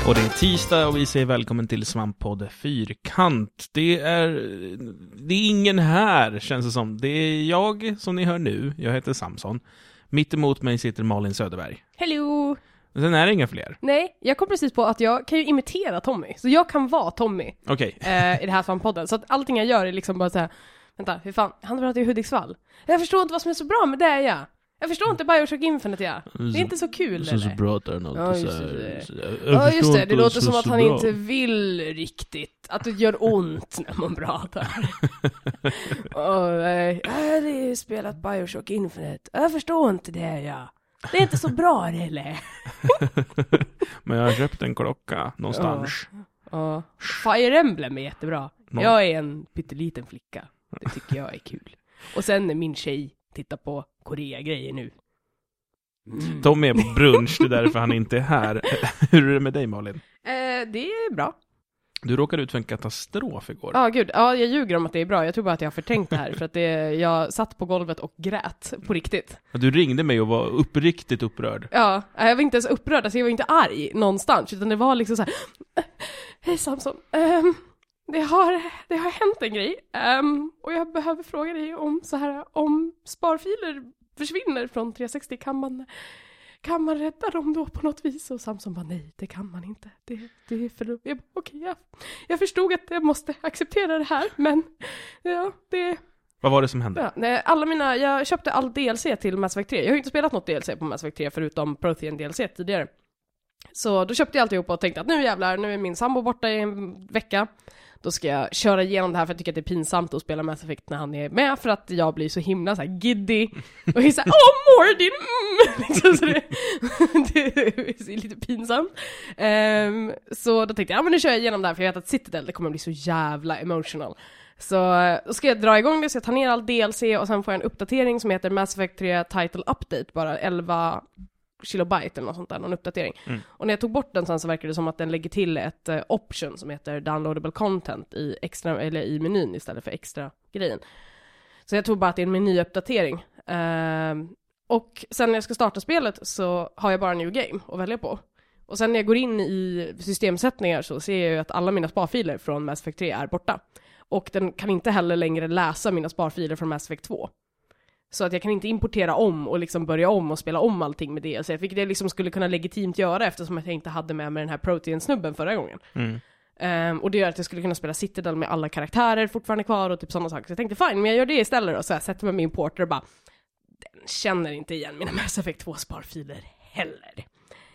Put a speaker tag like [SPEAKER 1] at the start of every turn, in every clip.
[SPEAKER 1] Och det är tisdag och vi säger välkommen till Svamppodd Fyrkant. Det är ingen här, känns det som. Det är jag som ni hör nu. Jag heter Samson. Mitt emot mig sitter Malin Söderberg.
[SPEAKER 2] Hello!
[SPEAKER 1] Sen är det inga fler.
[SPEAKER 2] Nej, jag kom precis på att jag kan ju imitera Tommy. Så jag kan vara Tommy
[SPEAKER 1] Okej.
[SPEAKER 2] I det här Svampodden. Så att allting jag gör är liksom bara så här: vänta, hur fan? Han pratar i Hudiksvall. Jag förstår inte vad som är så bra med det, ja. Jag förstår inte Bioshock Infinite, ja. Det är inte så kul,
[SPEAKER 1] så
[SPEAKER 2] eller?
[SPEAKER 1] pratar han alltid
[SPEAKER 2] Ja,
[SPEAKER 1] så
[SPEAKER 2] just
[SPEAKER 1] här.
[SPEAKER 2] det. Ja, just det. Det låter som att han
[SPEAKER 1] bra.
[SPEAKER 2] inte vill riktigt. Att det gör ont när man pratar. Jag hade ju spelat Bioshock Infinite. Jag förstår inte det, ja. Det är inte så bra, eller?
[SPEAKER 1] Men jag har köpt en klocka någonstans.
[SPEAKER 2] Ja. Fire Emblem är jättebra. Jag är en pytteliten flicka. Det tycker jag är kul. Och sen är min tjej tittar på Korea-grejer nu.
[SPEAKER 1] Tom är på brunch, det är därför han inte är här. Hur är det med dig, Malin?
[SPEAKER 2] Det är bra.
[SPEAKER 1] Du råkade ut för en katastrof igår.
[SPEAKER 2] Ja, gud. Ja, jag ljuger om att det är bra. Jag tror bara att jag har förträngt det här. För att jag satt på golvet och grät på riktigt.
[SPEAKER 1] Du ringde mig och var uppriktigt upprörd.
[SPEAKER 2] Ja, jag var inte ens upprörd. Alltså jag var inte arg någonstans. Utan det var liksom så här: hej Samson. Det har hänt en grej. Och jag behöver fråga dig om sparfiler försvinner från 360. Kan man rädda dem då på något vis? Och Samson bara, nej, det kan man inte. Det är för... Okej, jag förstod att jag måste acceptera det här, men ja, det...
[SPEAKER 1] Vad var det som hände?
[SPEAKER 2] Ja, jag köpte all DLC till Mass Effect 3. Jag har ju inte spelat något DLC på Mass Effect 3 förutom Prothean DLC tidigare. Så då köpte jag alltihop och tänkte att nu jävlar, nu är min sambo borta i en vecka. Då ska jag köra igenom det här för jag tycker att det är pinsamt att spela Mass Effect när han är med. För att jag blir så himla så här giddy. Och jag är såhär, Mordin! Liksom, så det är lite pinsamt. Så då tänkte jag, men nu kör jag igenom det här för jag vet att Citadel, det kommer bli så jävla emotional. Så då ska jag dra igång det, så jag tar ner all DLC och sen får jag en uppdatering som heter Mass Effect 3 Title Update, bara 11 kilobyte eller något sånt där, någon uppdatering. Och när jag tog bort den sen så verkar det som att den lägger till ett option som heter downloadable content i extra, eller i menyn istället för extra grejen. Så jag tror bara att det är en menyuppdatering. Och sen när jag ska starta spelet så har jag bara new game att välja på. Och sen när jag går in i systemsättningar så ser jag ju att alla mina sparfiler från Mass Effect 3 är borta. Och den kan inte heller längre läsa mina sparfiler från Mass Effect 2. Så att jag kan inte importera om och liksom börja om och spela om allting med DLC. Vilket jag liksom skulle kunna legitimt göra eftersom jag inte hade med mig den här Protean-snubben förra gången. Och det gör att jag skulle kunna spela Citadel med alla karaktärer fortfarande kvar och typ sådana saker. Så jag tänkte, fine, men jag gör det istället då. Så jag sätter mig med min porter och bara, den känner inte igen mina Mass Effect 2-sparfiler heller.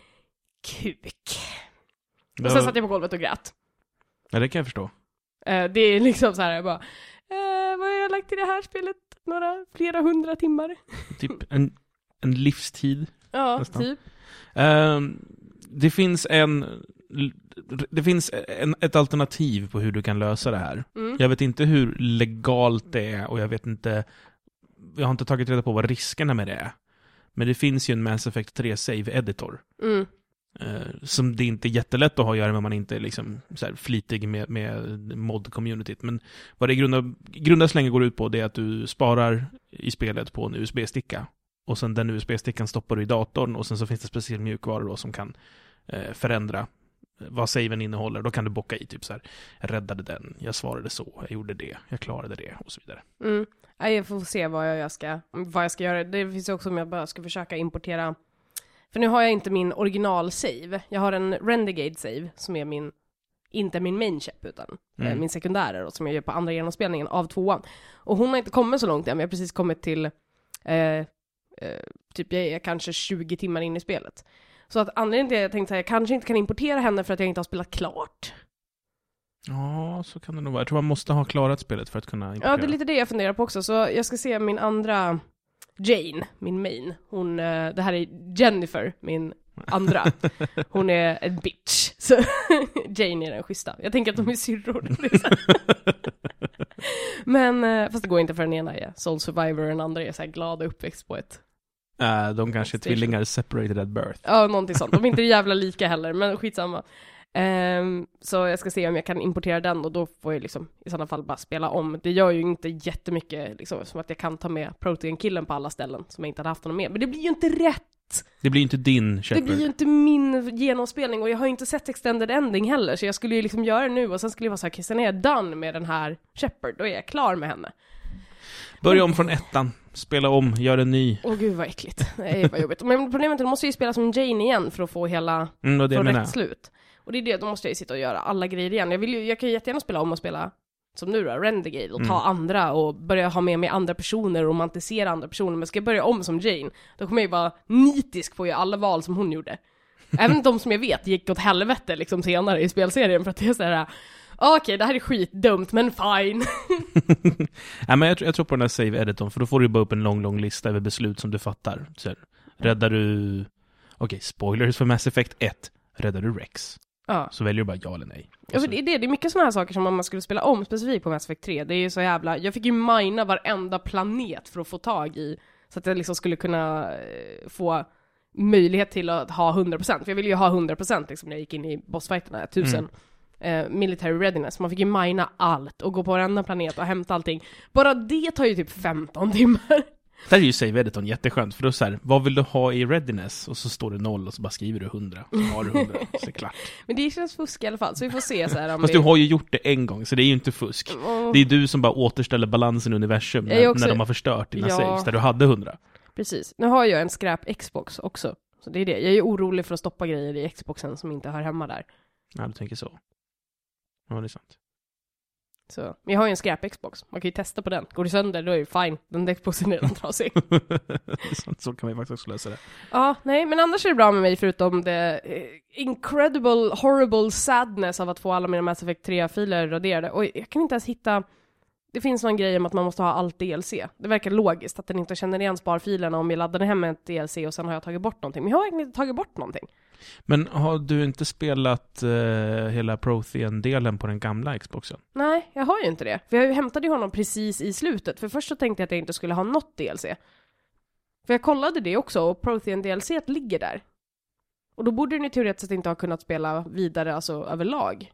[SPEAKER 2] Kuk. Och sen satt jag på golvet och grät.
[SPEAKER 1] Ja, det kan jag förstå.
[SPEAKER 2] Det är liksom så här, jag bara, vad har jag lagt i det här spelet? Flera 100 timmar.
[SPEAKER 1] Typ en livstid.
[SPEAKER 2] Ja,
[SPEAKER 1] nästan.
[SPEAKER 2] typ.
[SPEAKER 1] Det finns ett alternativ på hur du kan lösa det här. Jag vet inte hur legalt det är och jag har inte tagit reda på vad riskerna med det är. Men det finns ju en Mass Effect 3 save editor. Som det inte är jättelätt att ha att göra med, man inte är liksom så här flitig med mod-communityt. Men vad det grunda slänge går ut på, det är att du sparar i spelet på en USB-sticka. Och sen den USB-stickan stoppar du i datorn. Och sen så finns det speciell mjukvara då som kan förändra vad saven innehåller. Då kan du bocka i typ så här, jag räddade den, jag svarade så, jag gjorde det, jag klarade det och så vidare.
[SPEAKER 2] Jag får se vad jag ska göra. Det finns också om jag bara ska försöka importera. För nu har jag inte min original-save. Jag har en Renegade-save som är inte min main-chip utan min sekundära då, som jag gör på andra genomspelningen av 2:an. Och hon har inte kommit så långt än, men jag har precis kommit till typ jag är kanske 20 timmar in i spelet. Så att anledningen till att jag tänkte att jag kanske inte kan importera henne för att jag inte har spelat klart.
[SPEAKER 1] Ja, så kan det nog vara. Jag tror man måste ha klarat spelet för att kunna importera.
[SPEAKER 2] Ja, det är lite det jag funderar på också. Så jag ska se min andra Jane, min main. Det här är Jennifer, min andra. Hon är en bitch. Så Jane är den schyssta. Jag tänker att de är syrror. Men fast det går inte för den ena är Soul Survivor och den andra är så här glad och uppväxt på ett
[SPEAKER 1] de kanske är tvillingar separated at birth.
[SPEAKER 2] Ja, någonting sånt. De är inte jävla lika heller, men skitsamma. Så jag ska se om jag kan importera den och då får jag liksom i sådana fall bara spela om. Det gör ju inte jättemycket liksom, som att jag kan ta med Protean-killen på alla ställen som jag inte hade haft honom med. Men det blir ju inte rätt.
[SPEAKER 1] Det blir ju inte din Shepard.
[SPEAKER 2] Det blir ju inte min genomspelning, och jag har ju inte sett Extended Ending heller, så jag skulle ju liksom göra det nu och sen skulle jag vara så här, okej, sen är jag done med den här Shepard, då är jag klar med henne.
[SPEAKER 1] Börja om från 1, spela om, gör en ny.
[SPEAKER 2] Åh gud vad äckligt, det var jobbigt. Men problemet är att du måste ju spela som Jane igen för att få hela
[SPEAKER 1] från
[SPEAKER 2] rätt slut. Och det är det, då måste jag ju sitta och göra alla grejer igen. Jag kan ju jättegärna spela om och spela som nu då, Renegade, och ta andra och börja ha med mig andra personer och romantisera andra personer. Men ska jag börja om som Jane, då kommer jag ju vara nitisk på alla val som hon gjorde. Även de som jag vet gick åt helvete liksom senare i spelserien, för att det är sådär, okej, det här är skitdumt, men fine.
[SPEAKER 1] Nej, men jag tror på den här save-editorn, för då får du bara upp en lång lista över beslut som du fattar. Så räddar du... Okej, spoilers för Mass Effect 1. Räddar du Rex?
[SPEAKER 2] Ja.
[SPEAKER 1] Så väljer du bara ja eller nej.
[SPEAKER 2] Ja, för det är mycket sådana här saker som om man skulle spela om specifikt på Mass Effect 3. Det är ju så jävla... Jag fick ju mina varenda planet för att få tag i, så att jag liksom skulle kunna få möjlighet till att ha 100%. För jag ville ju ha 100% liksom när jag gick in i bossfighterna, 1000. Military readiness. Man fick ju mina allt och gå på varenda planet och hämta allting. Bara det tar ju typ 15 timmar.
[SPEAKER 1] Där är ju save-editorn jätteskönt, för då så här, vad vill du ha i readiness? Och så står det 0 och så bara skriver du 100. Så har du 100, så är det klart.
[SPEAKER 2] Men det känns fusk i alla fall, så vi får se så här om
[SPEAKER 1] fast du har ju gjort det en gång, så det är ju inte fusk. Det är du som bara återställer balansen i universum när de har förstört dina saves, där du hade 100.
[SPEAKER 2] Precis. Nu har jag en skräp Xbox också. Så det är det. Jag är orolig för att stoppa grejer i Xboxen som inte hör hemma där.
[SPEAKER 1] Ja, du tänker så. Ja, det är sant.
[SPEAKER 2] Så, men jag har ju en skräp Xbox. Man kan ju testa på den. Går det sönder, då är det fine. Den Xboxen är redan trasig.
[SPEAKER 1] Så kan man ju faktiskt också lösa det.
[SPEAKER 2] Ja, nej, men annars är det bra med mig, förutom det incredible, horrible sadness av att få alla mina Mass Effect 3-filer raderade. Och jag kan inte ens hitta... Det finns någon grej om att man måste ha allt DLC. Det verkar logiskt att den inte känner igen sparfilerna om jag laddade hem ett DLC och sen har jag tagit bort någonting. Men jag har egentligen inte tagit bort någonting.
[SPEAKER 1] Men har du inte spelat hela Prothean-delen på den gamla Xboxen?
[SPEAKER 2] Nej, jag har ju inte det. För jag hämtade ju honom precis i slutet. För först så tänkte jag att jag inte skulle ha något DLC. För jag kollade det också, och Prothean-DLC ligger där. Och då borde den i teoretiskt sett inte ha kunnat spela vidare, alltså överlag.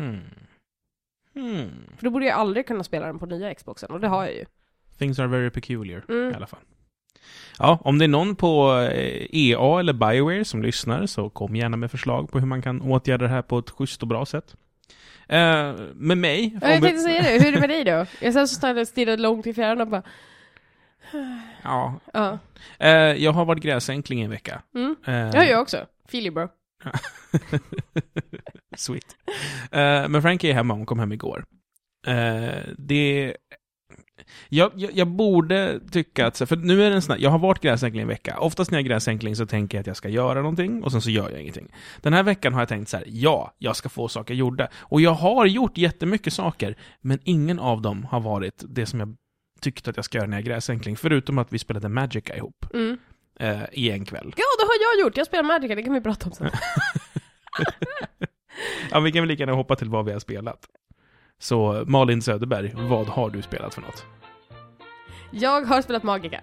[SPEAKER 2] För då borde jag aldrig kunna spela den på nya Xboxen, och det har jag ju.
[SPEAKER 1] Things are very peculiar i alla fall. Ja, om det är någon på EA eller BioWare som lyssnar, så kom gärna med förslag på hur man kan åtgärda det här på ett schysst och bra sätt. Med mig...
[SPEAKER 2] Jag tänkte säga det, hur är det med dig då? Jag sen så stirrade långt i fjärran och bara...
[SPEAKER 1] Ja. Jag har varit gräsänkling i en vecka.
[SPEAKER 2] Jag också. Feel you, bro.
[SPEAKER 1] Sweet. Men Frankie är hemma, hon kom hem igår. Jag borde tycka att, för nu är det en sån här, jag har varit gräsänkling en vecka. Oftast när jag är gräsänkling så tänker jag att jag ska göra någonting, och sen så gör jag ingenting. Den här veckan har jag tänkt så här: ja, jag ska få saker gjorda. Och jag har gjort jättemycket saker, men ingen av dem har varit det som jag tyckte att jag ska göra när jag är gräsänkling, förutom att vi spelade Magica ihop i en kväll.
[SPEAKER 2] Ja, det har jag gjort. Jag spelar Magica, det kan vi prata om sen.
[SPEAKER 1] Ja, vi kan väl lika gärna hoppa till vad vi har spelat. Så Malin Söderberg, vad har du spelat för något?
[SPEAKER 2] Jag har spelat Magica.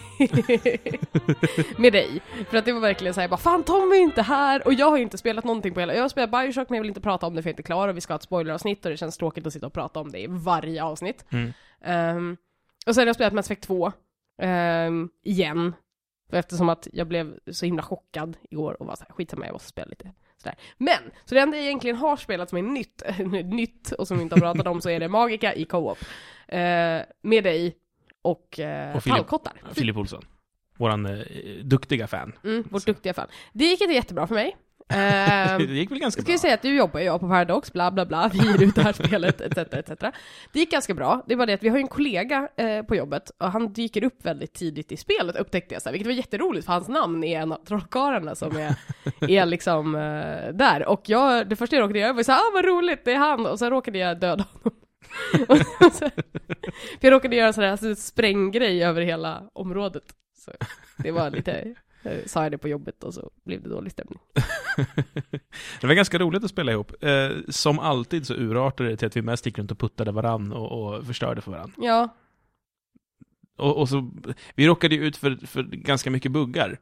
[SPEAKER 2] Med dig. För att det var verkligen så här, bara, fan, Tom är inte här. Och jag har inte spelat någonting på hela... Jag har spelat Bioshock, men jag vill inte prata om det för jag är inte klar. Och vi ska ha ett spoileravsnitt, och det känns tråkigt att sitta och prata om det i varje avsnitt. Och sen har jag spelat Mass Effect 2 igen. Eftersom att jag blev så himla chockad igår och var så här, skitsamma, jag måste spela lite sådär. Men, så det enda jag egentligen har spelat som är nytt och som vi inte har pratat om, så är det Magica i co-op. Med dig och Fallkottar.
[SPEAKER 1] Filip Olsson. Våran duktiga fan.
[SPEAKER 2] Vårt duktiga fan. Det gick inte jättebra för mig.
[SPEAKER 1] Det gick väl ganska bra.
[SPEAKER 2] Ska jag säga att du jobbar ju på Paradox, bla bla bla, vi ger ut det här spelet, etc. Det gick ganska bra. Det var det att vi har ju en kollega på jobbet, och han dyker upp väldigt tidigt i spelet, upptäckte jag så här, vilket var jätteroligt, för hans namn är en av trollkarlarna som är liksom där. Och det första jag råkade göra var så här, vad roligt, det är han. Och så råkade jag döda honom. För jag råkade göra sådär, alltså, spränggrej över hela området. Så det var lite... sa jag det på jobbet, och så blev det dålig stämning.
[SPEAKER 1] Det var ganska roligt att spela ihop. Som alltid så urartade det till att vi mest gick runt och puttade varann och förstörde för varann.
[SPEAKER 2] Ja.
[SPEAKER 1] Och så, vi råkade ju ut för ganska mycket buggar.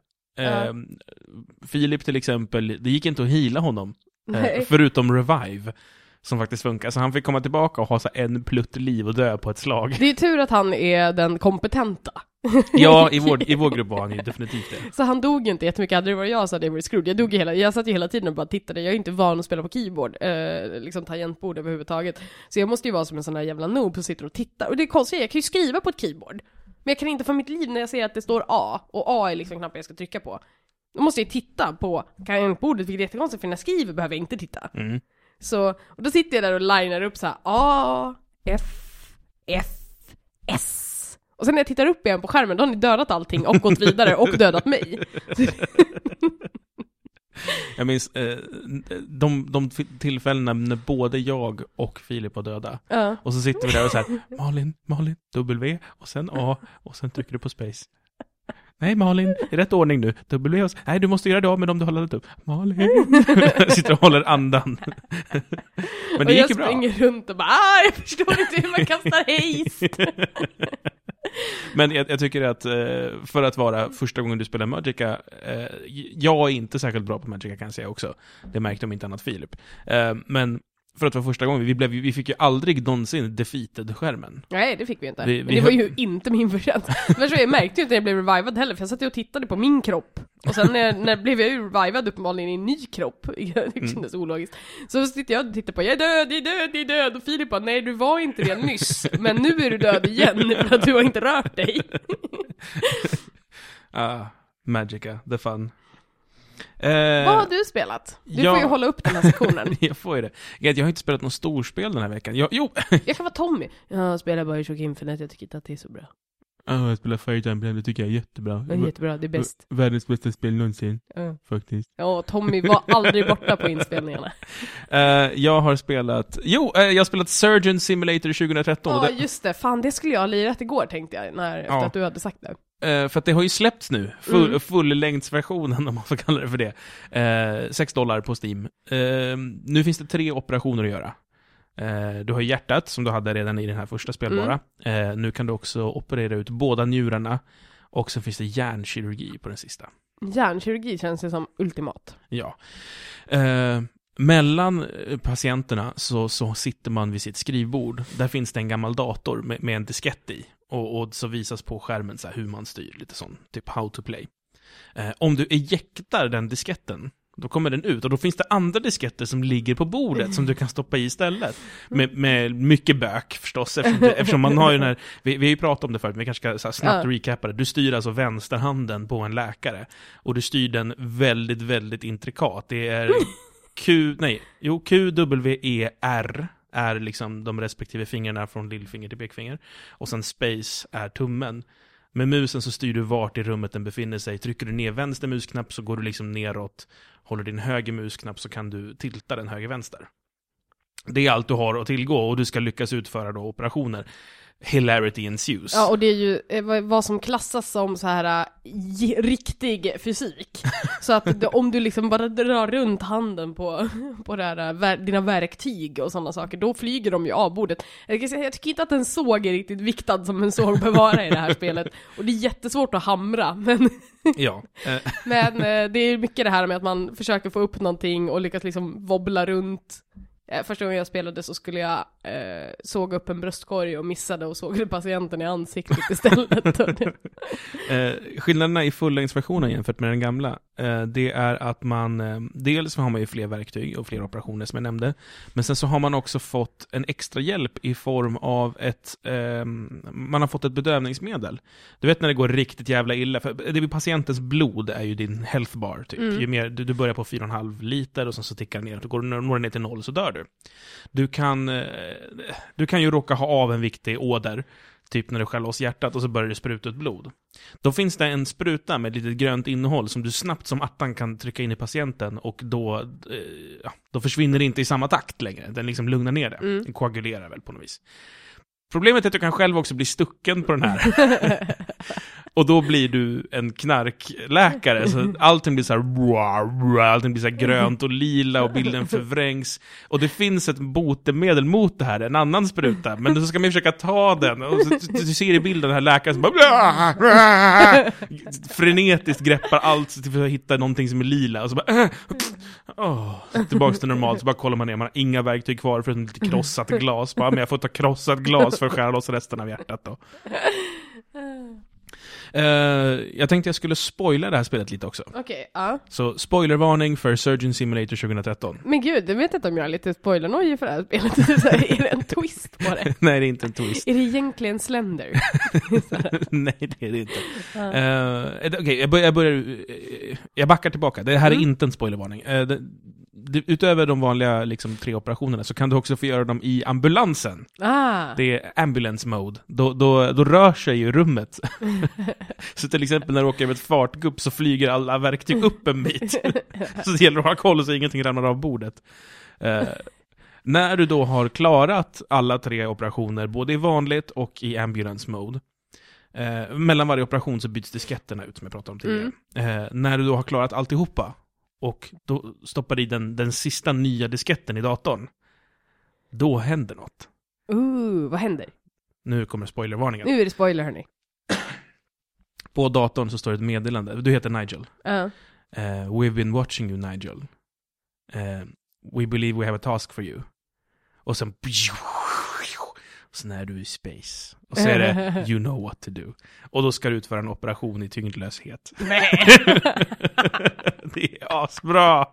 [SPEAKER 1] Filip till exempel, det gick inte att heala honom. Förutom revive. som faktiskt funkar. Så han fick komma tillbaka och ha så en plutt liv och dö på ett slag.
[SPEAKER 2] Det är tur att han är den kompetenta.
[SPEAKER 1] Ja, i vår grupp var han ju definitivt det.
[SPEAKER 2] Så han dog ju inte jättemycket. Hade det varit jag så hade jag varit screwed. Jag satt ju hela tiden och bara tittade. Jag är inte van att spela på keyboard, liksom tangentbord överhuvudtaget. Så jag måste ju vara som en sån där jävla noob som sitter och tittar. Och det är konstigt, jag kan ju skriva på ett keyboard. Men jag kan inte få mitt liv när jag ser att det står A. Och A är liksom knappen jag ska trycka på. Då måste jag titta på tangentbordet, vilket är jättekonstigt, för när jag skriver behöver jag inte titta. Så, och då sitter jag där och linar upp så här A, F, F, S. Och sen när jag tittar upp igen på skärmen, då har ni dödat allting och gått vidare och dödat mig.
[SPEAKER 1] Jag minns de tillfällena när både jag och Filip var döda. Och så sitter vi där och så här, Malin, W och sen A och sen trycker du på space. Nej Malin, i rätt ordning nu. W och nej, du måste göra det av med dem du har laddat upp. Malin. Sitter och håller andan. Men det gick ju bra.
[SPEAKER 2] Och jag springer runt och bara, jag förstår inte hur man kastar haste.
[SPEAKER 1] Men jag tycker att för att vara första gången du spelar Magicka, jag är inte särskilt bra på Magicka kan jag säga också. Det märkte om inte annat Filip. Men för att vara första gången, vi fick ju aldrig någonsin defeated-skärmen.
[SPEAKER 2] Nej, det fick vi inte. Men det var ju inte min förtjänst. Men så jag märkte ju inte när jag blev revivad heller, för jag satt och tittade på min kropp. Och sen när blev jag ju revivad uppenbarligen i en ny kropp. Det kändes ologiskt. Så sitter jag och tittar på, jag är död. Och Filip bara, nej du var inte det nyss. Men nu är du död igen för att du har inte rört dig.
[SPEAKER 1] Magicka, the fun.
[SPEAKER 2] Vad har du spelat? Du får ju hålla upp den här sektionen.
[SPEAKER 1] Jag får ju det. Jag har inte spelat något storspel den här veckan. Jag
[SPEAKER 2] kan vara Tommy. Jag spelar bara Bioshock Infinite, jag tycker inte att det är så bra.
[SPEAKER 1] Jag spelar Fire Emblem, det tycker jag är jättebra.
[SPEAKER 2] Det är jättebra, det är bäst.
[SPEAKER 1] Världens bästa spel någonsin, faktiskt.
[SPEAKER 2] Ja, Tommy var aldrig borta på inspelningarna.
[SPEAKER 1] Jag har spelat... jag har spelat Surgeon Simulator 2013.
[SPEAKER 2] Ja, just det. Fan, det skulle jag ha lirat igår, tänkte jag, efter att du hade sagt det.
[SPEAKER 1] För att det har ju släppts nu. Fullängdsversionen, om man får kalla det för det. $6 på Steam. Nu finns det 3 operationer att göra. Du har hjärtat, som du hade redan i den här första spelbara. Nu kan du också operera ut båda njurarna. Och så finns det hjärnkirurgi på den sista.
[SPEAKER 2] Hjärnkirurgi känns det som ultimat.
[SPEAKER 1] Ja. Mellan patienterna så sitter man vid sitt skrivbord. Där finns det en gammal dator med en diskett i. Och så visas på skärmen så här hur man styr, lite sån, typ how to play. Om du ejektar den disketten, då kommer den ut. Och då finns det andra disketter som ligger på bordet som du kan stoppa i istället. Med mycket bök förstås. Eftersom man har ju den här... Vi har ju pratat om det förut, men vi kanske ska så här snabbt recappa det. Du styr alltså vänsterhanden på en läkare. Och du styr den väldigt, väldigt intrikat. Det är Q, W, E, R är liksom de respektive fingrarna från lillfinger till pekfinger. Och sen space är tummen. Med musen så styr du vart i rummet den befinner sig. Trycker du ner vänster musknapp så går du liksom neråt. Håller din höger musknapp så kan du tilta den höger vänster. Det är allt du har att tillgå och du ska lyckas utföra då operationer. Hilarity ensues. Ja,
[SPEAKER 2] och det är ju vad som klassas som så här riktig fysik. Så att om du liksom bara drar runt handen på det här, dina verktyg och sådana saker, då flyger de ju av bordet. Jag tycker inte att den såg är riktigt viktad som en såg bör vara i det här spelet. Och det är jättesvårt att hamra, men...
[SPEAKER 1] Ja.
[SPEAKER 2] Men det är mycket det här med att man försöker få upp någonting och lyckas liksom wobbla runt. Första gången jag spelade så skulle jag såga upp en bröstkorg och missade och såg patienten i ansiktet istället.
[SPEAKER 1] Skillnaderna i fullängdsversionen jämfört med den gamla, det är att man dels har man ju fler verktyg och fler operationer som jag nämnde, men sen så har man också fått en extra hjälp i form av man har fått ett bedövningsmedel. Du vet när det går riktigt jävla illa, för det är patientens blod är ju din health bar typ. Ju mer du börjar på 4,5 liter och sen så tickar ner, då når ner till 0 så dör du. Du kan ju råka ha av en viktig åder, typ när du skär loss hjärtat och så börjar det spruta ut blod. Då finns det en spruta med ett litet grönt innehåll som du snabbt som attan kan trycka in i patienten och då försvinner det inte i samma takt längre. Den liksom lugnar ner det. Den koagulerar väl på något vis. Problemet är att du kan själv också bli stucken på den här. Och då blir du en knarkläkare. Så allting blir så här, allting blir så här grönt och lila och bilden förvrängs. Och det finns ett botemedel mot det här, en annan spruta. Men då ska man försöka ta den. Och så, du ser i bilden den här läkaren som bara frenetiskt greppar allt för att hitta någonting som är lila. Och så bara tillbaka till normalt. Så bara kollar man ner, man har inga verktyg kvar förutom lite krossat glas. Bara, men jag får ta krossat glas för att skära loss resten av hjärtat då. Jag tänkte jag skulle spoila det här spelet lite också.
[SPEAKER 2] Okej, ja.
[SPEAKER 1] Så spoilervarning för Surgeon Simulator 2013.
[SPEAKER 2] Men gud, jag vet inte om jag är lite spoiler-nojig för det här spelet. Är det en twist på det?
[SPEAKER 1] Nej, det är inte en twist.
[SPEAKER 2] Är det egentligen Slender?
[SPEAKER 1] Nej, det är det inte. Okej, jag backar tillbaka. Det här är inte en spoilervarning. Utöver de vanliga liksom, 3 operationerna så kan du också få göra dem i ambulansen. Det är ambulance mode. Då rör sig ju rummet. Så till exempel när du åker över ett fartgupp så flyger alla verktyg upp en bit. Så det gäller att ha koll så ingenting ramlar av bordet. När du då har klarat alla 3 operationer, både i vanligt och i ambulance mode, mellan varje operation så byts disketterna ut som jag pratade om tidigare. När du då har klarat alltihopa och då stoppar i den sista nya disketten i datorn, då händer något.
[SPEAKER 2] Vad händer?
[SPEAKER 1] Nu kommer spoilervarningen.
[SPEAKER 2] Nu är det spoiler, hörni.
[SPEAKER 1] På datorn så står det ett meddelande. Du heter Nigel. We've been watching you, Nigel. We believe we have a task for you. Och sen så är du i space. Och så är det you know what to do. Och då ska du utföra en operation i tyngdlöshet.
[SPEAKER 2] Nej.
[SPEAKER 1] Det är asbra.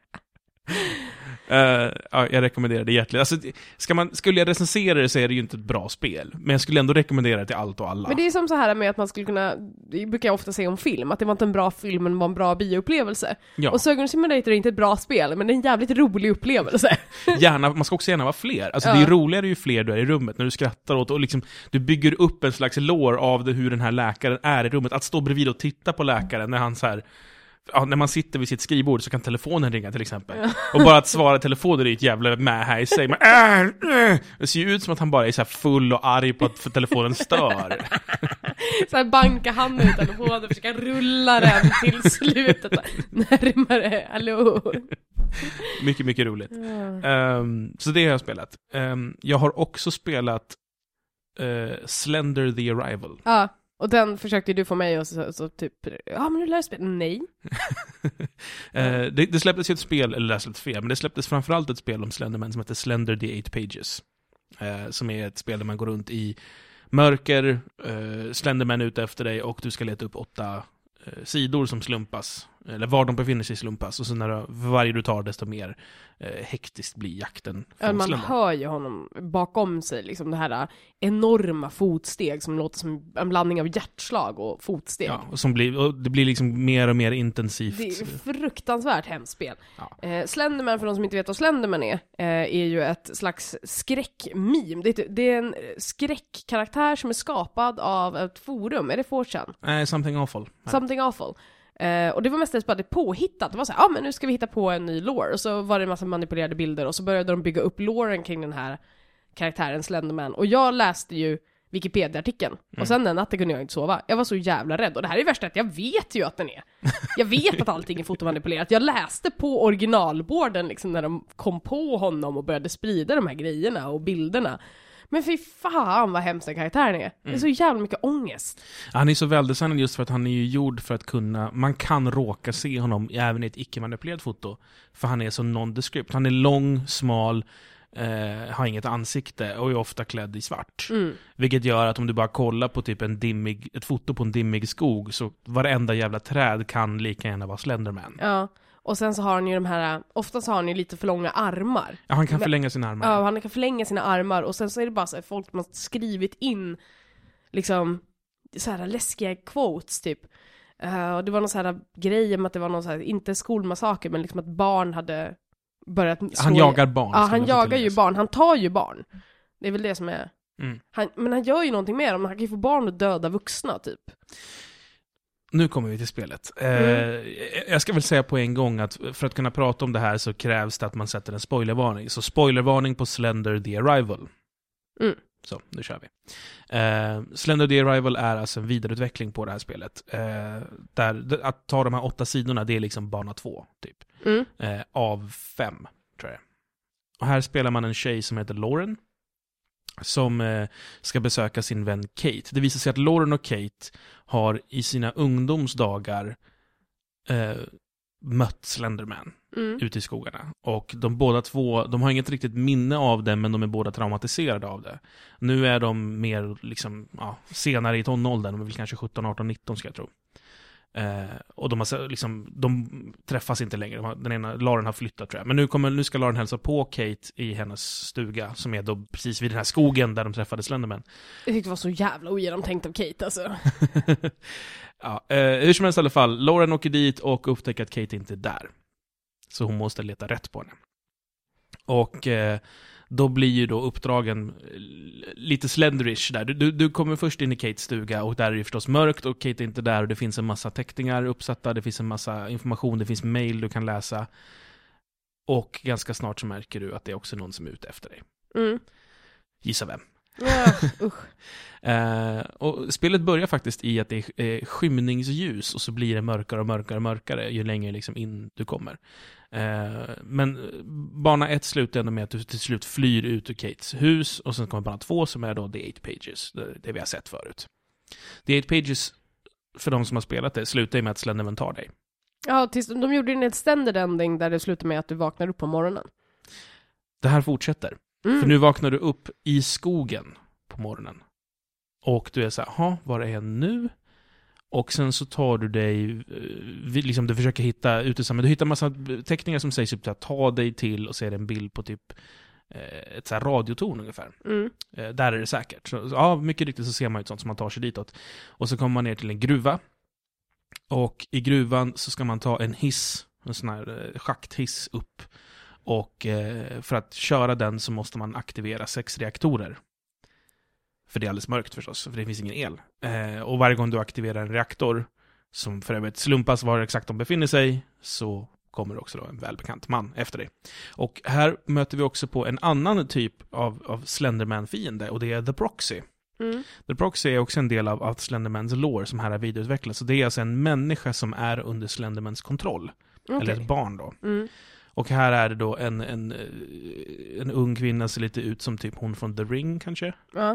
[SPEAKER 1] Ja, jag rekommenderar det hjärtligt. Alltså, skulle jag recensera det så är det ju inte ett bra spel. Men jag skulle ändå rekommendera det till allt och alla.
[SPEAKER 2] Men det är som så här med att man skulle kunna, det brukar jag ofta säga om film, att det var inte en bra film men var en bra bioupplevelse. Ja. Och Surgeon Simulator är inte ett bra spel, men det är en jävligt rolig upplevelse. Gärna,
[SPEAKER 1] man ska också gärna vara fler. Alltså det är roligare ju fler du är i rummet när du skrattar åt och liksom, du bygger upp en slags lore av hur den här läkaren är i rummet. Att stå bredvid och titta på läkaren när han så här, när man sitter vid sitt skrivbord så kan telefonen ringa till exempel. Och bara att svara telefonen är ett jävla med här i sig. Men, det ser ju ut som att han bara är så här full och arg på att för telefonen stör.
[SPEAKER 2] Så här banka handen i telefonen och försöka rulla den till slutet. Närmare, hallå.
[SPEAKER 1] Mycket, mycket roligt. Så det har jag spelat. Jag har också spelat Slender the Arrival.
[SPEAKER 2] Ja. Och den försökte du få mig och så typ, men du lär spela. Nej.
[SPEAKER 1] Det släpptes ju ett spel, eller det släpptes fel, men det släpptes framförallt ett spel om Slenderman som heter Slender the 8 Pages. Som är ett spel där man går runt i mörker, Slenderman ute efter dig och du ska leta upp 8 sidor som slumpas, eller var de befinner sig slumpas, och så när varje du tar desto mer hektiskt blir jakten.
[SPEAKER 2] Man hör ju honom bakom sig, liksom det här enorma fotsteg som låter som en blandning av hjärtslag och fotsteg. Ja,
[SPEAKER 1] och det blir liksom mer och mer intensivt.
[SPEAKER 2] Det är fruktansvärt hemskt spel. Ja. Slenderman, för de som inte vet vad Slenderman är ju ett slags skräckmeme. Det är en skräckkaraktär som är skapad av ett forum. Är det 4chan?
[SPEAKER 1] Something Awful.
[SPEAKER 2] Something Awful. Och det var mest bara det påhittat. Det var så här, men nu ska vi hitta på en ny lore. Och så var det en massa manipulerade bilder. Och så började de bygga upp loren kring den här karaktären Slenderman. Och jag läste ju Wikipedia-artikeln. Och sen den natten kunde jag inte sova. Jag var så jävla rädd. Och det här är värsta att jag vet ju att den är. Jag vet att allting är fotomanipulerat. Jag läste på originalborden liksom, när de kom på honom och började sprida de här grejerna och bilderna. Men fy fan vad hemskt den karaktären är. Det är så jävla mycket ångest.
[SPEAKER 1] Han är så väldesignad just för att han är ju gjord för att kunna, man kan råka se honom även i ett icke-manipulerat foto. För han är så nondescript. Han är lång, smal, har inget ansikte och är ofta klädd i svart. Vilket gör att om du bara kollar på typ ett foto på en dimmig skog, så varenda jävla träd kan lika gärna vara Slenderman.
[SPEAKER 2] Ja. Och sen så har han ju de här, oftast har han ju lite för långa armar.
[SPEAKER 1] Ja, han kan förlänga sina armar.
[SPEAKER 2] Ja, han kan förlänga sina armar. Och sen så är det bara så här, folk som har skrivit in liksom så här läskiga quotes typ. Och det var någon så här grej om att det var någon så här, inte skolmassaker, men liksom att barn hade börjat slå.
[SPEAKER 1] Han jagar barn.
[SPEAKER 2] Ja, han jagar ju barn. Han tar ju barn. Det är väl det som är. Men han gör ju någonting mer. Han kan ju få barn att döda vuxna typ.
[SPEAKER 1] Nu kommer vi till spelet. Jag ska väl säga på en gång att för att kunna prata om det här så krävs det att man sätter en spoilervarning. Så spoilervarning på Slender the Arrival. Så, nu kör vi. Slender the Arrival är alltså en vidareutveckling på det här spelet. Där, att ta de här 8 sidorna, det är liksom bana 2, typ. Av 5, tror jag. Och här spelar man en tjej som heter Lauren, som ska besöka sin vän Kate. Det visar sig att Lauren och Kate har i sina ungdomsdagar mött Slenderman ute i skogarna. Och de båda två, de har inget riktigt minne av det, men de är båda traumatiserade av det. Nu är de mer liksom, senare i tonåldern, de är väl kanske 17, 18, 19 ska jag tro. Och de har liksom, de träffas inte längre. Den ena, Lauren, har flyttat, tror jag. Men nu ska Lauren hälsa på Kate i hennes stuga, som är då precis vid den här skogen där de träffade Slenderman.
[SPEAKER 2] Jag tyckte det var så jävla ogenomtänkt av Kate, alltså.
[SPEAKER 1] Ja, hur som helst i alla fall, Lauren åker dit och upptäcker att Kate inte är där. Så hon måste leta rätt på henne. Och då blir ju då uppdragen lite slenderish där. Du kommer först in i Kates stuga och där är det förstås mörkt och Kate är inte där och det finns en massa teckningar uppsatta, det finns en massa information, det finns mail du kan läsa. Och ganska snart så märker du att det är också någon som är ute efter dig. Gissa vem? Och spelet börjar faktiskt i att det är skymningsljus och så blir det mörkare och mörkare och mörkare ju längre liksom in du kommer. Men bana 1 slutar ändå med att du till slut flyr ut ur Kates hus och sen kommer bana 2 som är då The 8 Pages, det vi har sett förut. The 8 Pages, för de som har spelat det, slutar med att Slenderman tar dig. Ja,
[SPEAKER 2] tills de gjorde en extended ending där det slutar med att du vaknar upp på morgonen.
[SPEAKER 1] Det här fortsätter. För nu vaknar du upp i skogen på morgonen. Och du är så här, var är jag nu? Och sen så tar du dig, liksom du försöker hitta men du hittar massa teckningar som sägs typ att ta dig till, och så är det en bild på typ ett så här radiotorn ungefär. Där är det säkert. Så, mycket riktigt så ser man ju ett sånt som man tar sig ditåt. Och så kommer man ner till en gruva. Och i gruvan så ska man ta en hiss, en sån här schakthiss upp. Och för att köra den så måste man aktivera 6 reaktorer. För det är alldeles mörkt förstås, för det finns ingen el. Och varje gång du aktiverar en reaktor, som för övrigt slumpas var exakt de befinner sig, så kommer också då en välbekant man efter dig. Och här möter vi också på en annan typ av Slenderman-fiende, och det är The Proxy. The Proxy är också en del av Slendermans lore som här har vidareutvecklats. Så det är alltså en människa som är under Slendermans kontroll. Okay. Eller ett barn då. Och här är det då en ung kvinna, ser lite ut som typ hon från The Ring kanske.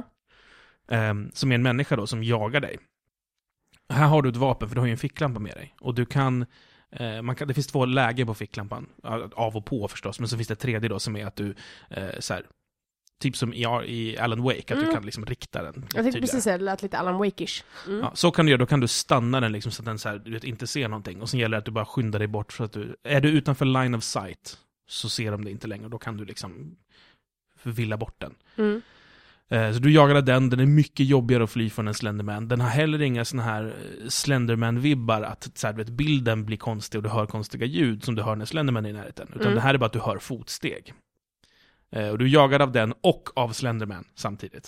[SPEAKER 1] Som är en människa då som jagar dig. Här har du ett vapen, för du har ju en ficklampa med dig. Och du kan, det finns 2 läger på ficklampan, av och på förstås, men så finns det ett tredje då som är att du så här, typ som i Alan Wake, att du kan liksom rikta den.
[SPEAKER 2] Jag tänkte precis säga, det lät lite Alan Wake-ish.
[SPEAKER 1] Ja, så kan du göra, då kan du stanna den liksom så att den så här, du vet, inte ser någonting. Och sen gäller det att du bara skyndar dig bort, så att är du utanför line of sight så ser de det inte längre. Då kan du liksom förvilla bort den. Så du jagar den är mycket jobbigare att fly från en Slenderman. Den har heller inga såna här Slenderman-vibbar att så här, vet, bilden blir konstig och du hör konstiga ljud som du hör när Slenderman är i närheten. Utan det här är bara att du hör fotsteg. Och du jagar av den och av Slenderman samtidigt.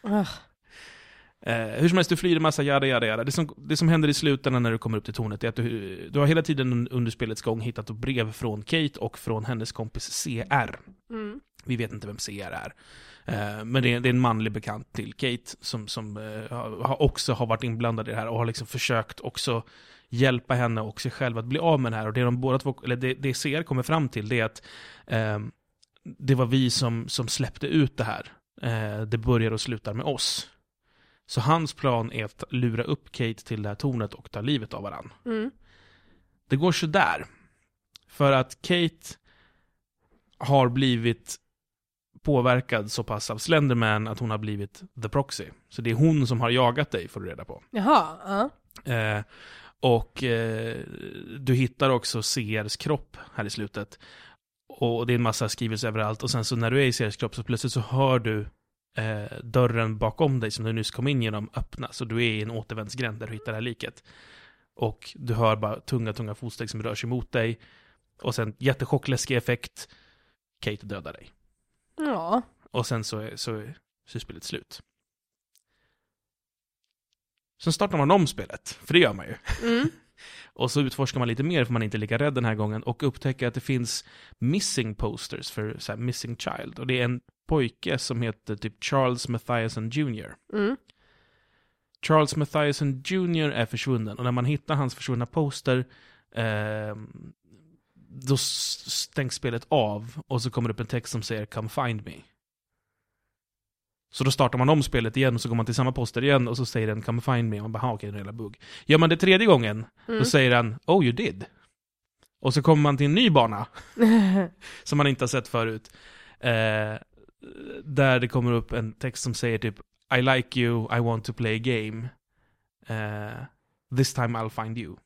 [SPEAKER 1] Hur som helst, du flyr en massa jada. Det som händer i slutändan när du kommer upp till tornet är att du har hela tiden under spelets gång hittat ett brev från Kate och från hennes kompis CR. Vi vet inte vem CR är. Men det är en manlig bekant till Kate som också har varit inblandad i det här och har liksom försökt också hjälpa henne och sig själv att bli av med det här. Och det de båda två, eller det CR kommer fram till, det är att det var vi som släppte ut det här. Det börjar och slutar med oss. Så hans plan är att lura upp Kate till det här tornet och ta livet av varann. Det går så där. För att Kate har blivit påverkad så pass av Slenderman att hon har blivit The Proxy. Så det är hon som har jagat dig, får du reda på.
[SPEAKER 2] Jaha,
[SPEAKER 1] du hittar också CRs kropp här i slutet. Och det är en massa skrivelser överallt. Och sen så när du är i CRs kropp så plötsligt så hör du dörren bakom dig som du nyss kom in genom öppna. Så du är i en återvändsgränd där du hittar det här liket. Och du hör bara tunga fotsteg som rör sig mot dig. Och sen jättechockläskig effekt. Kate dödar dig.
[SPEAKER 2] Ja.
[SPEAKER 1] Och sen så är spelet slut. Sen startar man om spelet. För det gör man ju. Och så utforskar man lite mer för man är inte lika rädd den här gången och upptäcker att det finns missing posters för så här, missing child. Och det är en pojke som heter typ Charles Matthiasson Jr. Charles Matthiasson Jr. är försvunnen och när man hittar hans försvunna poster då stängs spelet av och så kommer det upp en text som säger "Come find me". Så då startar man om spelet igen och så går man till samma poster igen och så säger den "Come find me" och man bara, okej, det är en jävla bugg. Gör man det tredje gången, då säger den "Oh, you did". Och så kommer man till en ny bana som man inte har sett förut. Där det kommer upp en text som säger typ "I like you, I want to play a game. This time I'll find you".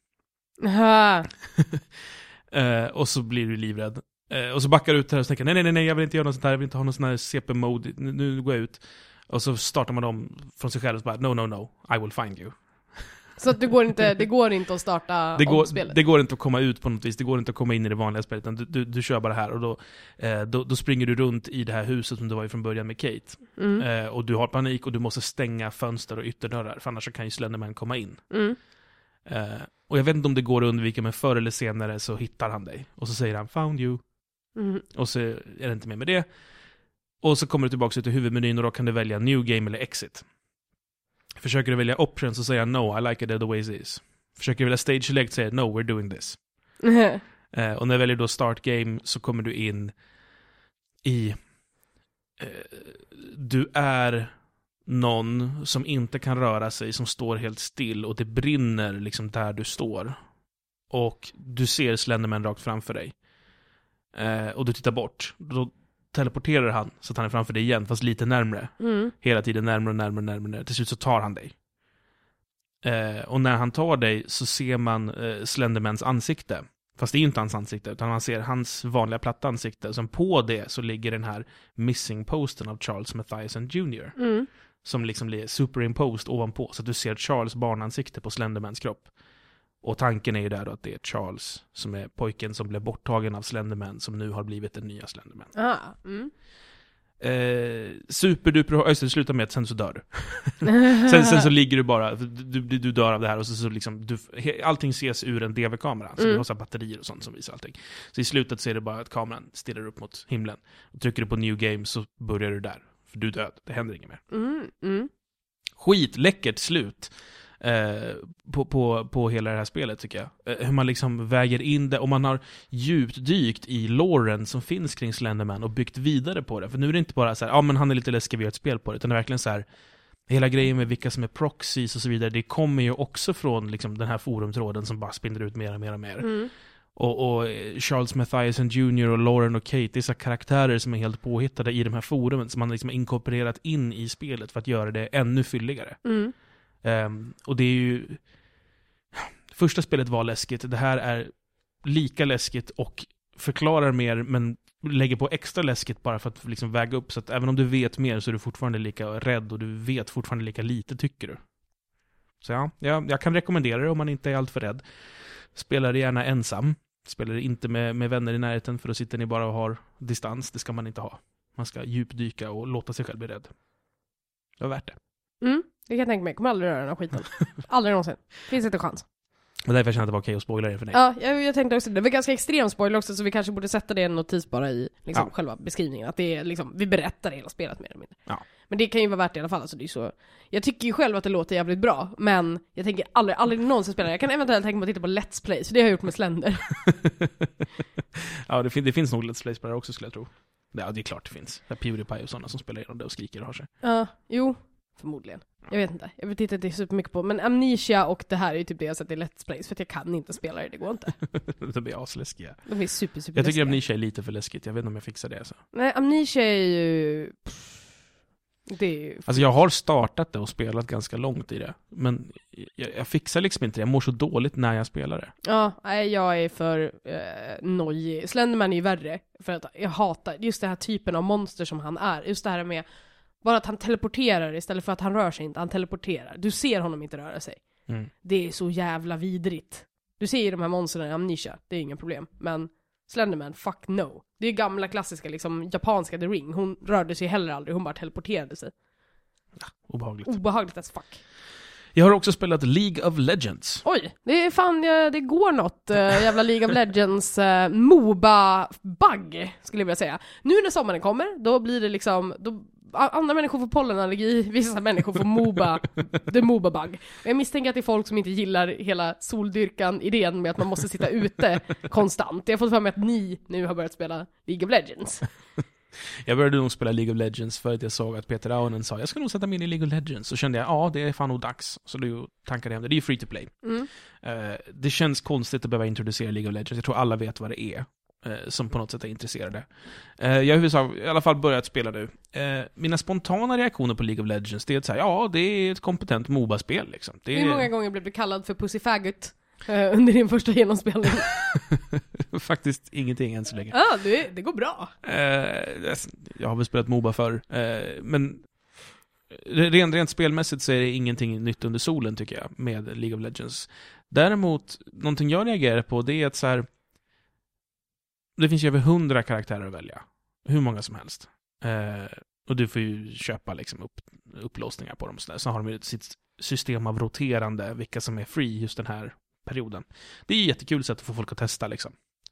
[SPEAKER 1] Och så blir du livrädd. Och så backar du ut här och tänker nej, jag vill inte göra något sånt här, jag vill inte ha någon sån här CP-mode, nu går jag ut. Och så startar man om från sig själv och bara no, I will find you.
[SPEAKER 2] Så att det går inte att starta om spelet?
[SPEAKER 1] Det går inte att komma ut på något vis, det går inte att komma in i det vanliga spelet, utan du kör bara här och då springer du runt i det här huset som du var i från början med Kate. Och du har panik och du måste stänga fönster och ytterdörrar, för annars så kan ju Slenderman komma in. Och jag vet inte om det går att undvika, men förr eller senare så hittar han dig. Och så säger han "Found you". Och så är det inte mer med det. Och så kommer du tillbaka till huvudmenyn och då kan du välja New Game eller Exit. Försöker du välja Option så säger han "No, I like it the way it is". Försöker du välja Stage Select säger "No, we're doing this". Och när du väljer då Start Game så kommer du in i du är någon som inte kan röra sig, som står helt still och det brinner liksom där du står. Och du ser Slenderman rakt framför dig. Och du tittar bort. Då teleporterar han så att han är framför dig igen, fast lite närmre. Hela tiden närmare. Till slut så tar han dig. Och när han tar dig så ser man Slendermans ansikte. Fast det är inte hans ansikte, utan man ser hans vanliga platta ansikte. Som på det så ligger den här missing posten av Charles Matthiasson Jr. Som liksom blir superimposed ovanpå. Så att du ser Charles barnansikte på Slendermans kropp. Och tanken är ju där då att det är Charles som är pojken som blev borttagen av Slenderman, som nu har blivit den nya Slenderman. Superduper, det slutar med att sen så dör du. sen så ligger du bara, du dör av det här och så liksom, allting ses ur en DV-kamera. Så du har så batterier och sånt som visar allting. Så i slutet så är det bara att kameran stirrar upp mot himlen. Och trycker du på New Game så börjar du där. För du är död, det händer inget mer. Skitläckert slut. På hela det här spelet tycker jag. Hur man liksom väger in det och man har djupdykt i loren som finns kring Slenderman och byggt vidare på det. För nu är det inte bara så här, men han är lite läskig, vi gör ett spel på det, utan det är verkligen så här, hela grejen med vilka som är proxies och så vidare, det kommer ju också från liksom den här forumtråden som bara spinner ut mer och mer och mer. Och Charles Matthiasson Jr. och Lauren och Kate, dessa karaktärer som är helt påhittade i de här forumen som man liksom inkorporerat in i spelet för att göra det ännu fylligare. Och det är ju, första spelet var läskigt, det här är lika läskigt och förklarar mer men lägger på extra läskigt bara för att liksom väga upp, så att även om du vet mer så är du fortfarande lika rädd och du vet fortfarande lika lite, tycker du. Så ja, jag kan rekommendera det om man inte är allt för rädd. Spelar det gärna ensam, spelar det inte med vänner i närheten, för då sitter ni bara och har distans, det ska man inte ha. Man ska djupdyka och låta sig själv bli rädd. Det var värt det.
[SPEAKER 2] Det kan jag tänka mig. Jag kommer aldrig röra den här skiten. Aldrig någonsin. Finns inte chans.
[SPEAKER 1] Och därför kände jag att det var okej att spoila det för dig.
[SPEAKER 2] Ja, jag tänkte också det. Det var ganska extrem spoiler också, så vi kanske borde sätta det en notis bara i liksom, själva beskrivningen. Att det är liksom, vi berättar hela spelet mer eller mindre. Ja. Men det kan ju vara värt det i alla fall. Alltså, det är så... Jag tycker ju själv att det låter jävligt bra, men jag tänker aldrig någonsin spela. Jag kan eventuellt tänka mig att titta på Let's Play, så det har jag gjort med Slender.
[SPEAKER 1] Ja, det finns nog Let's Play-spelare också, skulle jag tro. Ja, det är klart det finns. Det är PewDiePie och sådana som spelar igenom det och skriker och har sig.
[SPEAKER 2] Ja, jo. Förmodligen. Jag vet inte. Jag vet inte att det är supermycket på. Men Amnesia och det här är ju typ det jag sett i Let's Plays. För att jag kan inte spela det går inte.
[SPEAKER 1] De blir asläskiga.
[SPEAKER 2] De är super
[SPEAKER 1] Jag tycker Amnesia är lite för läskigt. Jag vet inte om jag fixar det. Så.
[SPEAKER 2] Nej, Amnesia är ju... Det är ju...
[SPEAKER 1] Alltså jag har startat det och spelat ganska långt i det. Men jag fixar liksom inte det. Jag mår så dåligt när jag spelar det.
[SPEAKER 2] Ja, jag är för nojig. Slenderman är ju värre. För att jag hatar just den här typen av monster som han är. Just det här med bara att han teleporterar istället för att han rör sig inte. Han teleporterar. Du ser honom inte röra sig. Det är så jävla vidrigt. Du ser ju de här monsterna i Amnesia. Det är inga problem. Men Slenderman, fuck no. Det är gamla klassiska, liksom japanska The Ring. Hon rörde sig heller aldrig. Hon bara teleporterade sig.
[SPEAKER 1] Ja, obehagligt.
[SPEAKER 2] Obehagligt as fuck.
[SPEAKER 1] Jag har också spelat League of Legends.
[SPEAKER 2] Oj, det är fan, det går något jävla League of Legends MOBA-bug, skulle jag vilja säga. Nu när sommaren kommer, då blir det liksom, andra människor får pollenallergi, vissa människor får det MOBA-bug. Och jag misstänker att det är folk som inte gillar hela soldyrkan-idén med att man måste sitta ute konstant. Jag har fått för mig att ni nu har börjat spela League of Legends.
[SPEAKER 1] Jag började nog spela League of Legends för att jag såg att Peter Aunen sa jag ska nog sätta mig in i League of Legends. Så kände jag, ja det är fan nog dags. Så då tankade jag hem det. Det är ju free to play. Det känns konstigt att behöva introducera League of Legends. Jag tror alla vet vad det är som på något sätt är intresserade. Jag har i alla fall börjat spela nu. Mina spontana reaktioner på League of Legends det är att säga, ja det är ett kompetent MOBA-spel liksom.
[SPEAKER 2] Hur många gånger blev du kallad för Pussy Faggot under din första genomspelning?
[SPEAKER 1] Faktiskt ingenting än så länge.
[SPEAKER 2] Det går bra.
[SPEAKER 1] Jag har väl spelat MOBA förr. Men rent spelmässigt så är det ingenting nytt under solen tycker jag med League of Legends. Däremot, någonting jag reagerar på det är att så här, det finns ju över 100 karaktärer att välja. Hur många som helst. Och du får ju köpa liksom upplåsningar på dem. Så har de ju sitt system av roterande vilka som är free just den här perioden. Det är ju jättekul sätt att få folk att testa liksom.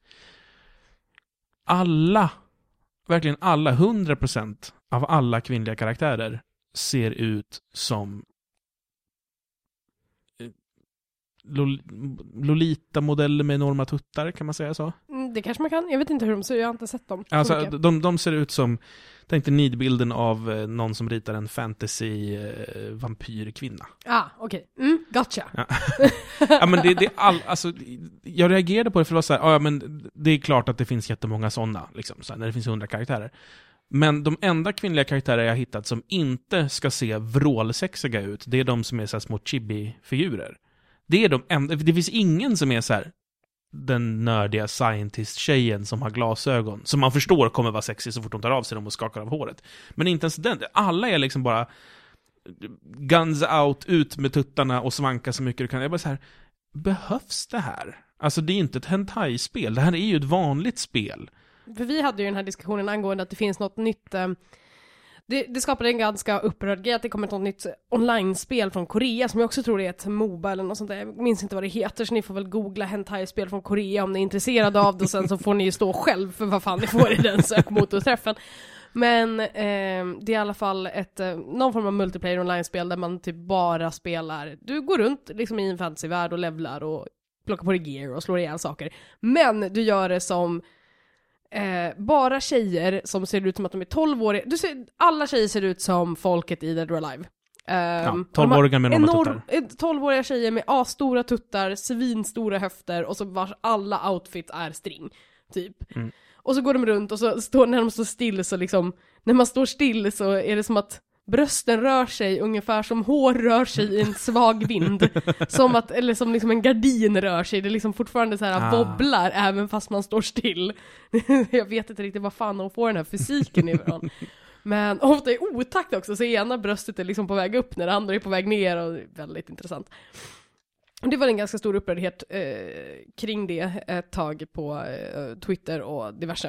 [SPEAKER 1] Verkligen alla, 100% av alla kvinnliga karaktärer ser ut som Lolita-modeller med enorma tuttar, kan man säga så?
[SPEAKER 2] Det kanske man kan. Jag vet inte hur de ser ut, jag har inte sett dem.
[SPEAKER 1] Alltså, de ser ut som, tänkte nidbilden av någon som ritar en fantasy-vampyrkvinna.
[SPEAKER 2] Okej. Gotcha.
[SPEAKER 1] Ja. Ja, men det alltså, jag reagerade på det för det var så här, men det är klart att det finns jättemånga sådana, liksom, så här, när det finns 100 karaktärer. Men de enda kvinnliga karaktärer jag har hittat som inte ska se vrålsexiga ut, det är de som är så här små chibi-figurer. Det är de enda, det finns ingen som är så här den nördiga scientist-tjejen som har glasögon, som man förstår kommer vara sexig så fort de tar av sig dem och skakar av håret. Men inte ens den, alla är liksom bara guns out, ut med tuttarna och svanka så mycket du kan. Jag bara så här, behövs det här? Alltså det är inte ett hentai-spel, det här är ju ett vanligt spel.
[SPEAKER 2] För vi hade ju den här diskussionen angående att det finns något nytt. Det skapade en ganska upprörd grej att det kommer ett något nytt online-spel från Korea som jag också tror är ett MOBA eller något sånt där. Jag minns inte vad det heter, så ni får väl googla hentai-spel från Korea om ni är intresserade av det, och sen så får ni ju stå själv för vad fan ni får i den sökmotorträffen. Men det är i alla fall någon form av multiplayer online-spel där man typ bara spelar, du går runt liksom i en fantasyvärld och levlar och plockar på dig gear och slår ihjäl saker. Men du gör det som bara tjejer som ser ut som att de är 12-åriga. Alla tjejer ser ut som folket i Dead or Alive.
[SPEAKER 1] 12-åriga med enorma tuttar.
[SPEAKER 2] 12-åriga tjejer med stora tuttar, svinstora höfter och så vars alla outfits är string typ. Och så går de runt och så när de står still så liksom, när man står still så är det som att brösten rör sig ungefär som hår rör sig i en svag vind. Som att, eller som liksom en gardin rör sig. Det är liksom fortfarande så här wobblar även fast man står still. Jag vet inte riktigt vad fan de får den här fysiken ifrån. Men ofta i otakt också, så ena bröstet är liksom på väg upp när det andra är på väg ner, och det är väldigt intressant. Det var en ganska stor upprördhet kring det ett tag på Twitter och diverse.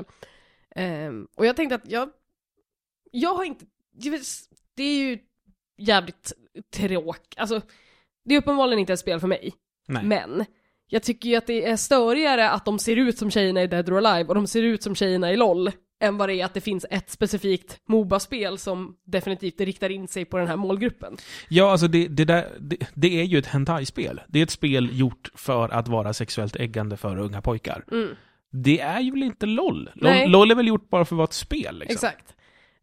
[SPEAKER 2] Och jag tänkte att jag har inte... Det är ju jävligt alltså det är uppenbarligen inte ett spel för mig.
[SPEAKER 1] Nej.
[SPEAKER 2] Men jag tycker ju att det är störigare att de ser ut som tjejerna i Dead or Alive och de ser ut som tjejerna i LOL än vad det är att det finns ett specifikt MOBA-spel som definitivt riktar in sig på den här målgruppen. Ja, alltså
[SPEAKER 1] det är ju ett hentai-spel. Det är ett spel gjort för att vara sexuellt äggande för unga pojkar. Det är ju väl inte LOL? LOL är väl gjort bara för att vara ett spel liksom.
[SPEAKER 2] Exakt.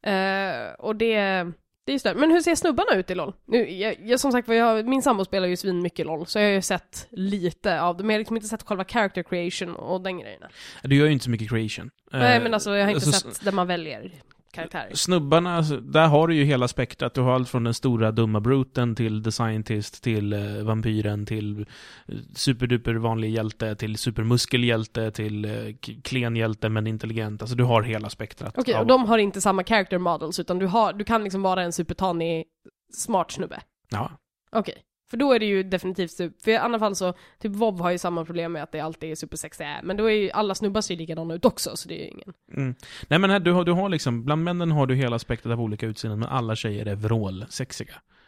[SPEAKER 2] Och det är stört. Men hur ser snubbarna ut i LOL? Nu, jag som sagt, min sambo spelar ju svin mycket LOL, så jag har ju sett lite av det, men jag har liksom inte sett själva character creation och den grejerna.
[SPEAKER 1] Du gör ju inte så mycket creation.
[SPEAKER 2] Nej, men alltså jag har inte sett där man väljer karaktärer.
[SPEAKER 1] Snubbarna, alltså, där har du ju hela spektrat. Du har allt från den stora dumma bruten till the scientist, till vampyren, till superduper vanlig hjälte, till supermuskelhjälte, till klen hjälte men intelligent. Alltså du har hela spektrat.
[SPEAKER 2] Okej, och de har inte samma character models, utan du kan liksom vara en supertanig smart snubbe.
[SPEAKER 1] Ja.
[SPEAKER 2] Okej. För då är det ju definitivt för i alla fall så typ WoW har ju samma problem med att det alltid är supersexiga, men då är ju alla snubbar ser likadana ut också, så det är ju ingen.
[SPEAKER 1] Nej, men här, du har liksom, bland männen har du hela spektrat av olika utseenden, men alla tjejer är vrålsexiga.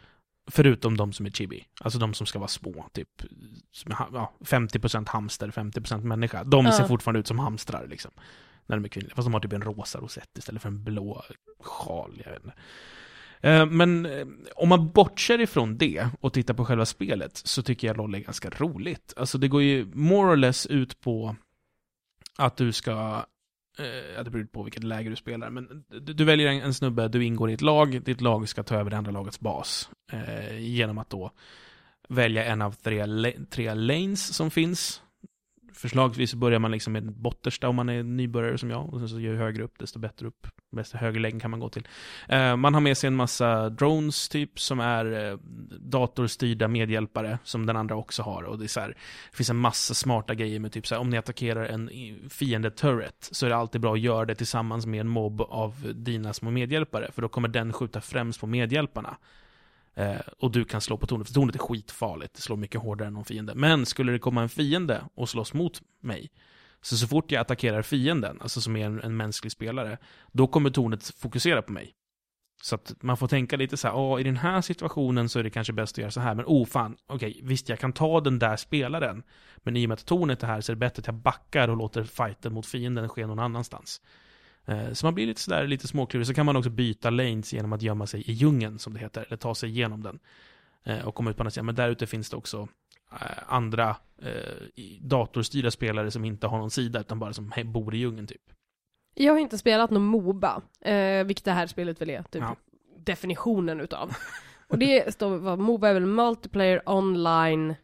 [SPEAKER 1] Förutom de som är chibi. Alltså de som ska vara små. Typ som är, 50% hamster, 50% människa. De ser fortfarande ut som hamstrar liksom. När de är kvinnliga. Fast de har typ en rosa rosett istället för en blå sjal. Jag vet inte. Men om man bortser ifrån det och tittar på själva spelet så tycker jag LoL är ganska roligt. Alltså det går ju more or less ut på att du ska... det beror på vilket läge du spelar. Men du väljer en snubbe, du ingår i ett lag. Ditt lag ska ta över det andra lagets bas. Genom att då välja en av tre lanes som finns. Förslagsvis börjar man liksom med bottersta om man är nybörjare som jag. Och sen så ju högre upp, desto bättre upp. Desto högre lägen kan man gå till. Man har med sig en massa drones typ som är datorstyrda medhjälpare som den andra också har. Och det är så här, det finns en massa smarta grejer med typ så här, om ni attackerar en fiende turret så är det alltid bra att göra det tillsammans med en mobb av dina små medhjälpare. För då kommer den skjuta främst på medhjälparna. Och du kan slå på tornet, för tornet är skitfarligt. Det slår mycket hårdare än någon fiende. Men skulle det komma en fiende och slåss mot mig, så fort jag attackerar fienden, alltså som är en mänsklig spelare, då kommer tornet fokusera på mig. Så att man får tänka lite så här, i den här situationen så är det kanske bäst att göra så här. Men okej, visst jag kan ta den där spelaren, men i och med att tornet är här så är det bättre att jag backar och låter fighten mot fienden ske någon annanstans. Så man blir lite småklurig. Så kan man också byta lanes genom att gömma sig i djungeln som det heter, eller ta sig igenom den och komma ut på andra sidan. Men där ute finns det också andra datorstyrda spelare som inte har någon sida utan bara som bor i djungeln typ.
[SPEAKER 2] Jag har inte spelat någon MOBA, vilket det här spelet väl är typ definitionen utav. Och det står, MOBA är väl Multiplayer Online...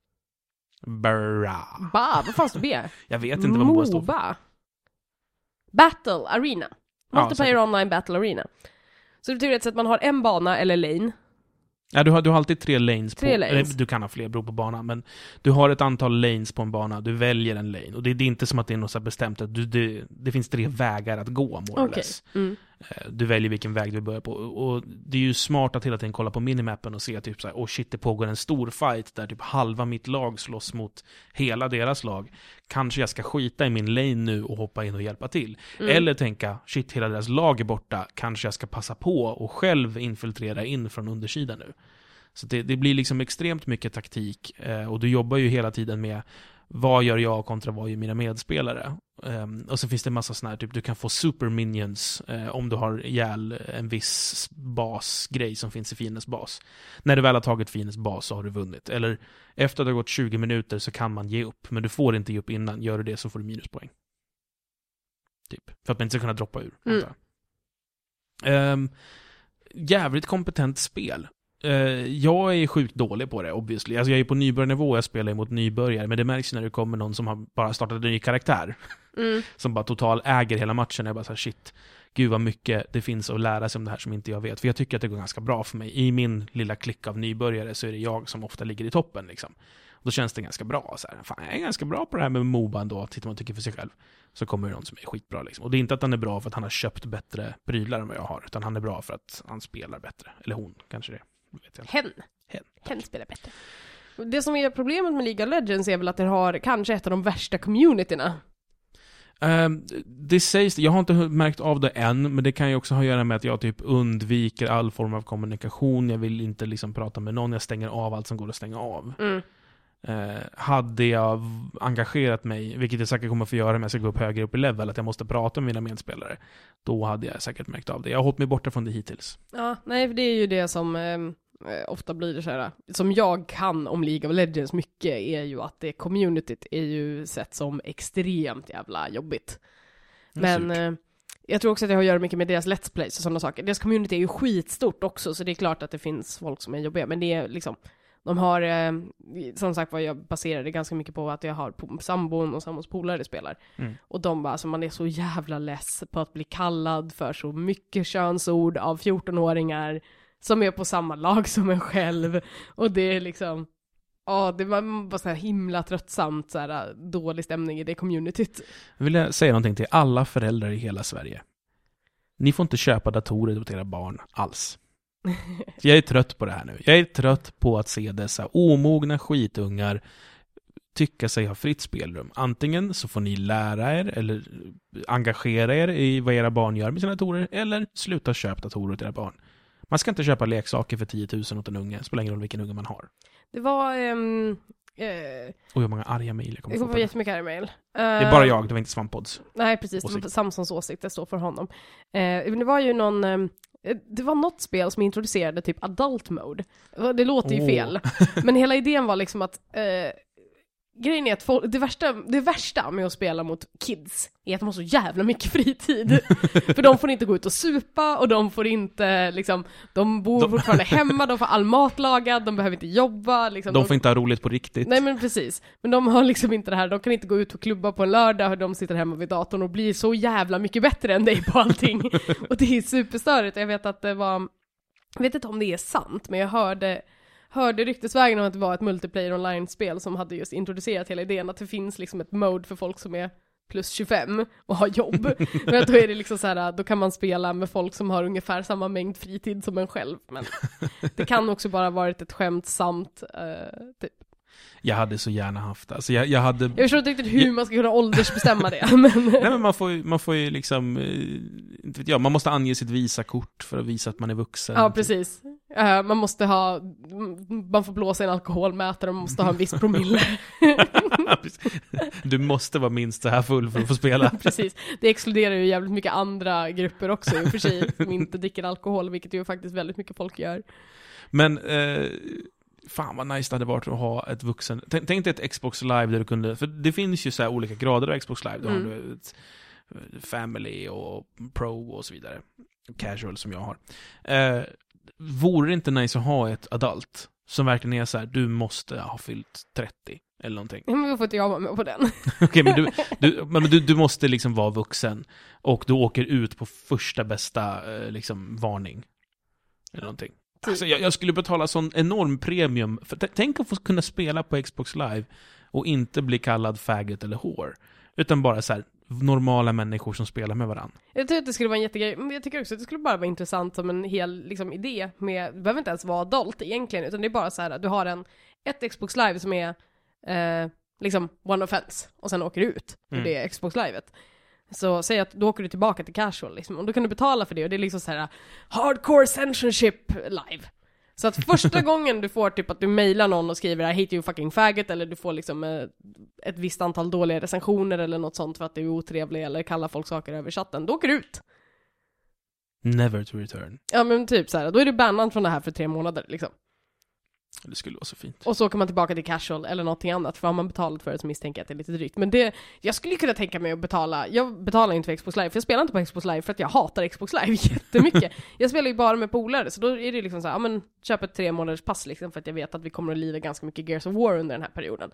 [SPEAKER 2] Vad fan står det?
[SPEAKER 1] Jag vet inte vad MOBA står för.
[SPEAKER 2] Battle Arena. Multiplayer Online Battle Arena. Så det betyder att man har en bana eller lane.
[SPEAKER 1] Ja, du har alltid tre lanes. Eller, du kan ha fler, beror på banan. Men du har ett antal lanes på en bana. Du väljer en lane. Och det är inte som att det är något så bestämt. Det finns 3 vägar att gå, more or less. Du väljer vilken väg du börjar på. Och det är ju smart att hela tiden kolla på minimappen och se typ så här, shit, det pågår en stor fight där typ halva mitt lag slåss mot hela deras lag. Kanske jag ska skita i min lane nu och hoppa in och hjälpa till. Eller tänka, shit, hela deras lag är borta. Kanske jag ska passa på och själv infiltrera in från undersidan nu. Så det blir liksom extremt mycket taktik. Och du jobbar ju hela tiden med vad gör jag kontra vad gör mina medspelare. Och så finns det en massa sådana här, typ du kan få super minions om du har ihjäl en viss basgrej som finns i fiendens bas. När du väl har tagit fiendens bas så har du vunnit. Eller efter att det har gått 20 minuter så kan man ge upp. Men du får inte ge upp innan. Gör du det så får du minuspoäng. Typ. För att man inte ska kunna droppa ur. Jävligt kompetent spel. Jag är sjukt dålig på det, obviously. Alltså jag är på nybörjarnivå, jag spelar emot nybörjare. Men det märks när det kommer någon som har bara startat en ny karaktär. Som bara total äger hela matchen. Jag bara så här, shit, gud vad mycket det finns att lära sig om det här som inte jag vet. För jag tycker att det går ganska bra för mig. I min lilla klick av nybörjare så är det jag som ofta ligger i toppen liksom. Och då känns det ganska bra så här. Fan, jag är ganska bra på det här med MOBA ändå. Tittar man tycker för sig själv, så kommer det någon som är skitbra liksom. Och det är inte att han är bra för att han har köpt bättre prylar än vad jag har, utan han är bra för att han spelar bättre. Eller hon, kanske det. Hen
[SPEAKER 2] spelar bättre. Det som är problemet med League of Legends är väl att det har kanske ett av de värsta communityna.
[SPEAKER 1] Det sägs, jag har inte märkt av det än, men det kan ju också ha att göra med att jag typ undviker all form av kommunikation. Jag vill inte liksom prata med någon, jag stänger av allt som går att stänga av. Hade jag engagerat mig, vilket jag säkert kommer att få göra om jag ska gå upp högre upp i level, att jag måste prata med mina medspelare, då hade jag säkert märkt av det. Jag har hållit mig borta från det hittills. Ja,
[SPEAKER 2] nej, för det är ju det som ofta blir det så här, som jag kan om League of Legends mycket, är ju att det communityt är ju sett som extremt jävla jobbigt. Men jag tror också att det har att göra mycket med deras let's plays och sådana saker. Deras community är ju skitstort också, så det är klart att det finns folk som är jobbiga, men det är liksom, de har, som sagt vad jag baserar det ganska mycket på att jag har sambon och sambons polare spelar. Och de bara, alltså man är så jävla less på att bli kallad för så mycket könsord av 14-åringar som är på samma lag som en själv. Och det är liksom, det var bara så här himla tröttsamt, så här dålig stämning i det communityt.
[SPEAKER 1] Jag vill säga någonting till alla föräldrar i hela Sverige. Ni får inte köpa datorer åt era barn alls. Jag är trött på det här nu. Jag är trött på att se dessa omogna skitungar tycka sig ha fritt spelrum. Antingen så får ni lära er eller engagera er i vad era barn gör med sina datorer, eller sluta köpa datorer till era barn. Man ska inte köpa leksaker för 10 000 åt en unge. Det spelar ingen roll vilken unge man har.
[SPEAKER 2] Det var...
[SPEAKER 1] Och hur många arga mejl jag kommer få.
[SPEAKER 2] Det var jättemycket arga mejl.
[SPEAKER 1] Det är bara jag, det var inte Svampodds.
[SPEAKER 2] Nej, precis. Åsikt. Samsons åsikt, det står för honom. Det var ju någon... det var något spel som introducerade typ adult mode. Det låter ju fel. Men hela idén var liksom att... grejen är att det värsta med att spela mot kids är att de har så jävla mycket fritid. För de får inte gå ut och supa och de får inte liksom, de bor fortfarande hemma, de får all mat lagad, de behöver inte jobba liksom,
[SPEAKER 1] de får inte ha roligt på riktigt.
[SPEAKER 2] Nej men precis, men de har liksom inte det här, de kan inte gå ut och klubba på en lördag och de sitter hemma vid datorn och blir så jävla mycket bättre än dig på allting. Och det är superstörigt. Jag vet att det var, jag vet inte om det är sant, men jag hörde ryktesvägen om att det var ett multiplayer online-spel som hade just introducerat hela idén att det finns liksom ett mode för folk som är plus 25 och har jobb. Men då är det liksom så här, då kan man spela med folk som har ungefär samma mängd fritid som en själv. Men det kan också bara varit ett skämtsamt typ. Jag
[SPEAKER 1] hade så gärna haft det. Alltså jag
[SPEAKER 2] förstår inte riktigt hur man ska kunna åldersbestämma det. Men... Nej,
[SPEAKER 1] men man får ju liksom, inte vet jag, man måste ange sitt Visa-kort för att visa att man är vuxen.
[SPEAKER 2] Ja, precis. Man får blåsa en alkoholmätare och man måste ha en viss promille.
[SPEAKER 1] Du måste vara minst så här full för att få spela.
[SPEAKER 2] Precis. Det exkluderar ju jävligt mycket andra grupper också i och för sig som inte dricker alkohol, vilket ju faktiskt väldigt mycket folk gör.
[SPEAKER 1] Men fan vad nice det hade varit att ha ett vuxen... Tänk dig ett Xbox Live där du kunde... För det finns ju så här olika grader av Xbox Live. Då har du ett Family och Pro och så vidare. Casual som jag har. Vore det inte nice att ha ett adult som verkligen är så här, du måste ha fyllt 30 eller någonting?
[SPEAKER 2] Ja, men vi får inte jag vara med på den.
[SPEAKER 1] Okej, men du måste liksom vara vuxen och du åker ut på första bästa liksom varning eller någonting. Alltså, jag skulle betala sån enorm premium. Tänk att få kunna spela på Xbox Live och inte bli kallad faggot eller whore. Utan bara så här normala människor som spelar med varandra. Jag
[SPEAKER 2] tycker att det skulle vara en jättegrej. Men jag tycker också att det skulle bara vara intressant som en hel liksom, idé. Det behöver inte ens vara adult egentligen. Utan det är bara så här att du har ett Xbox Live som är liksom one offense. Och sen åker du ut ur det Xbox Livet. Så säg att då åker du tillbaka till casual liksom, och då kan du betala för det och det är liksom så här hardcore censorship live. Så att första gången du får typ att du mejlar någon och skriver I hate you fucking faggot, eller du får liksom ett visst antal dåliga recensioner eller något sånt för att du är otrevlig eller kallar folk saker över chatten, då åker du ut.
[SPEAKER 1] Never to return.
[SPEAKER 2] Ja men typ så här, då är du bannad från det här för 3 månader liksom.
[SPEAKER 1] Det skulle vara så fint.
[SPEAKER 2] Och så kan man tillbaka till casual eller någonting annat. För har man betalat för det så misstänker jag att det är lite drygt. Men jag skulle kunna tänka mig att betala. Jag betalar inte för Xbox Live. För jag spelar inte på Xbox Live för att jag hatar Xbox Live jättemycket. Jag spelar ju bara med polare. Så då är det liksom så här, ja men köp ett 3 månaders pass liksom. För att jag vet att vi kommer att lida ganska mycket Gears of War under den här perioden.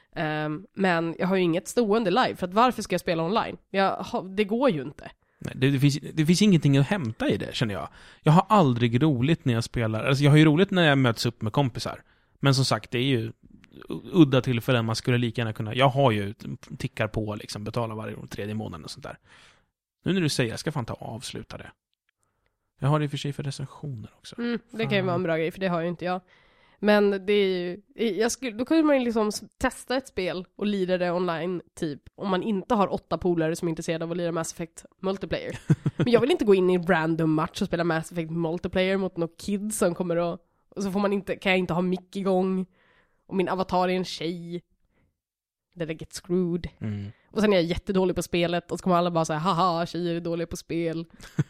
[SPEAKER 2] Men jag har ju inget stående live. För att varför ska jag spela online? Det går ju inte.
[SPEAKER 1] Nej, det finns ingenting att hämta i det, känner jag. Jag har aldrig roligt när jag spelar. Alltså jag har ju roligt när jag möts upp med kompisar. Men som sagt, det är ju udda tillfällen man skulle lika gärna kunna... Jag har ju tickar på liksom, betala varje 3:e månaden och sånt där. Nu när du säger, jag ska fan ta och avsluta det. Jag har det i och för sig för recensioner också.
[SPEAKER 2] Det kan ju vara en bra grej, för det har ju inte jag. Men det är ju... då kunde man ju liksom testa ett spel och lira det online typ. Om man inte har 8 polare som är intresserade av att lira Mass Effect multiplayer. Men jag vill inte gå in i en random match och spela Mass Effect multiplayer mot några kids som kommer att... Och så kan jag inte ha mick igång. Och min avatar är en tjej. Then I get screwed. Och sen är jag jättedålig på spelet. Och så kommer alla bara säga, haha, tjejer är dåliga på spel.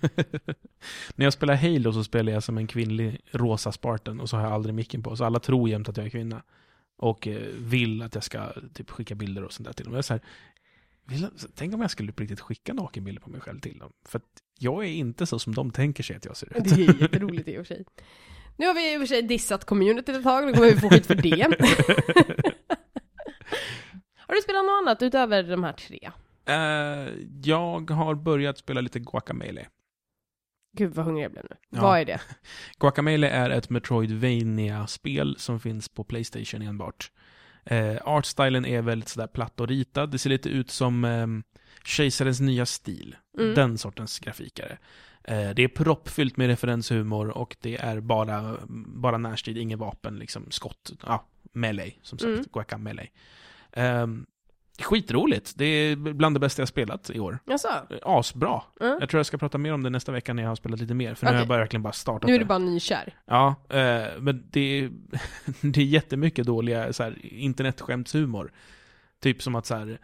[SPEAKER 1] När jag spelar Halo så spelar jag som en kvinnlig rosa Spartan. Och så har jag aldrig micken på. Så alla tror jämt att jag är kvinna. Och vill att jag ska typ skicka bilder och sånt där till dem. Jag är så här, tänk om jag skulle på riktigt skicka nakenbilder på mig själv till dem. För att jag är inte så som de tänker sig att jag ser ut.
[SPEAKER 2] Det är jätteroligt i och för sig. Nu har vi i och för sig dissat community ett tag. Nu kommer vi få skit för det. Har du spelat något annat utöver de här 3?
[SPEAKER 1] Jag har börjat spela lite Guacamelee.
[SPEAKER 2] Gud vad hungrig jag blev nu. Ja. Vad är det?
[SPEAKER 1] Guacamelee är ett Metroidvania-spel som finns på PlayStation enbart. Artstylen är väldigt sådär platt och ritad. Det ser lite ut som Kejsarens nya stil. Den sortens grafikare. Det är proppfyllt med referenshumor och det är bara närstrid, ingen vapen, liksom skott. Ja, melee, som sagt, Guacamelee. Skitroligt. Det är bland det bästa jag spelat i år.
[SPEAKER 2] Jaså?
[SPEAKER 1] Asbra. Jag tror jag ska prata mer om det nästa vecka när jag har spelat lite mer. För nu har jag verkligen bara startat.
[SPEAKER 2] Nu är det bara nykär.
[SPEAKER 1] Ja, men det är jättemycket dåliga så här, internetskämtshumor. Typ som att så här,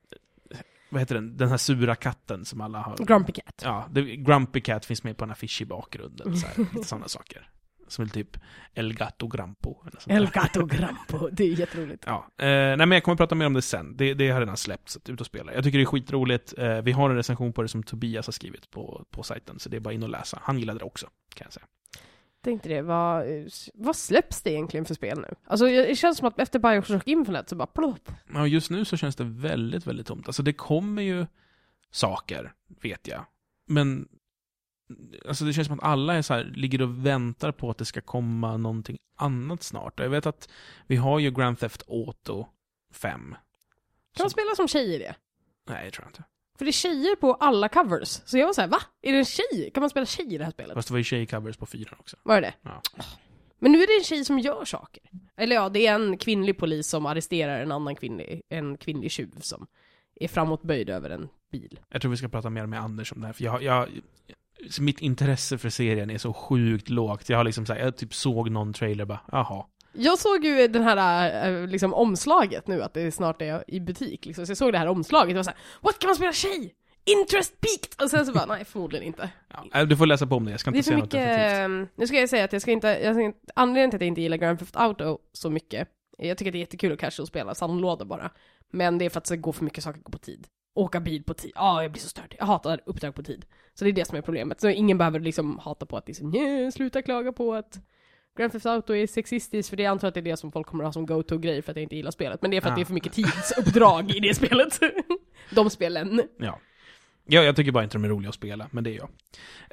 [SPEAKER 1] vad heter den här sura katten som alla har.
[SPEAKER 2] Grumpy Cat.
[SPEAKER 1] Ja, Grumpy Cat finns med på en affisch i bakgrunden. Så här, lite sådana saker. Som är typ El Gato Grampo.
[SPEAKER 2] El Gato Grampo, det är jätteroligt.
[SPEAKER 1] Ja, nej men jag kommer att prata mer om det sen. Det har redan släppts ut och spela. Jag tycker det är skitroligt. Vi har en recension på det som Tobias har skrivit på sajten. Så det är bara in och läsa. Han gillade det också, kan jag säga.
[SPEAKER 2] Tänkte det, vad släpps det egentligen för spel nu? Alltså det känns som att efter Bioshock Infinite så bara plopp.
[SPEAKER 1] Ja, just nu så känns det väldigt, väldigt tomt. Alltså det kommer ju saker, vet jag. Men alltså det känns som att alla är så här, ligger och väntar på att det ska komma någonting annat snart. Jag vet att vi har ju Grand Theft Auto 5.
[SPEAKER 2] Kan man spela som tjej i det?
[SPEAKER 1] Nej, jag tror inte.
[SPEAKER 2] För det är tjejer på alla covers. Så jag var så här, va? Är det en tjej? Kan man spela tjej i det här spelet?
[SPEAKER 1] Fast det var ju tjej-covers på 4 också.
[SPEAKER 2] Var det?
[SPEAKER 1] Ja.
[SPEAKER 2] Men nu är det en tjej som gör saker. Eller ja, det är en kvinnlig polis som arresterar en annan kvinnlig tjuv som är framåtböjd över en bil.
[SPEAKER 1] Jag tror vi ska prata mer med Anders om det här. För mitt intresse för serien är så sjukt lågt. Jag har liksom så här, jag typ såg någon trailer bara, jaha.
[SPEAKER 2] Jag såg ju den här liksom omslaget nu, att det snart är i butik liksom. Så jag såg det här omslaget och var så här, what, kan man spela tjej? Interest peaked! Och sen så bara, nej, förmodligen inte.
[SPEAKER 1] Ja, du får läsa på om det, jag ska inte säga något definitivt.
[SPEAKER 2] Nu ska jag säga att anledningen till att jag inte gillar Grand Theft Auto så mycket, jag tycker att det är jättekul att casual spela sandlådor bara. Men det är för att det går för mycket saker på tid. Åka bil på tid. Jag blir så störd. Jag hatar uppdrag på tid. Så det är det som är problemet. Så ingen behöver liksom hata på att liksom, sluta klaga på att Grand Theft Auto är sexistiskt, för det antar att det är det som folk kommer att ha som go-to-grej för att jag inte gillar spelet. Men det är för att det är för mycket tidsuppdrag i det spelet. De spelen.
[SPEAKER 1] Ja, jag tycker bara inte de är roliga att spela, men det är jag.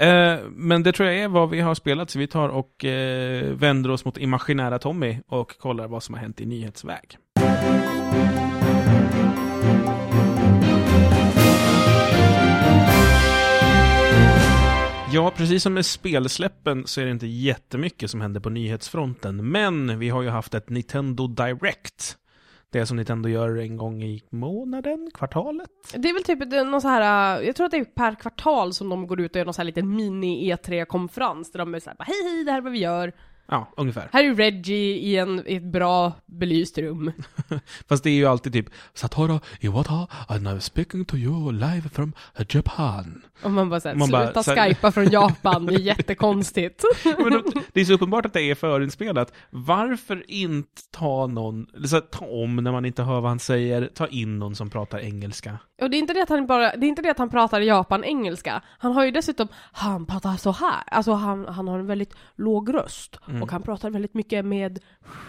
[SPEAKER 1] Men det tror jag är vad vi har spelat, så vi tar och vänder oss mot imaginära Tommy och kollar vad som har hänt i nyhetsväg. Ja, precis som med spelsläppen så är det inte jättemycket som händer på nyhetsfronten. Men vi har ju haft ett Nintendo Direct. Det som Nintendo gör en gång i månaden, kvartalet.
[SPEAKER 2] Det är väl typ någon så här, jag tror att det är per kvartal som de går ut och gör någon så här liten mini E3-konferens där de är så här, hej, det här är vad vi gör.
[SPEAKER 1] Ja, ungefär.
[SPEAKER 2] Här är Reggie i ett bra belyst rum.
[SPEAKER 1] Fast det är ju alltid typ Satoru Iwata and I'm speaking to you live from Japan.
[SPEAKER 2] Och man bara såhär, sluta skypa från Japan, det är jättekonstigt.
[SPEAKER 1] Men det är så uppenbart att det är förinspelat. Varför inte ta om när man inte hör vad han säger, ta in någon som pratar engelska?
[SPEAKER 2] Och det är inte det att han pratar Japan-engelska. Han har ju dessutom, han pratar så här. Alltså han har en väldigt låg röst. Och han pratar väldigt mycket med...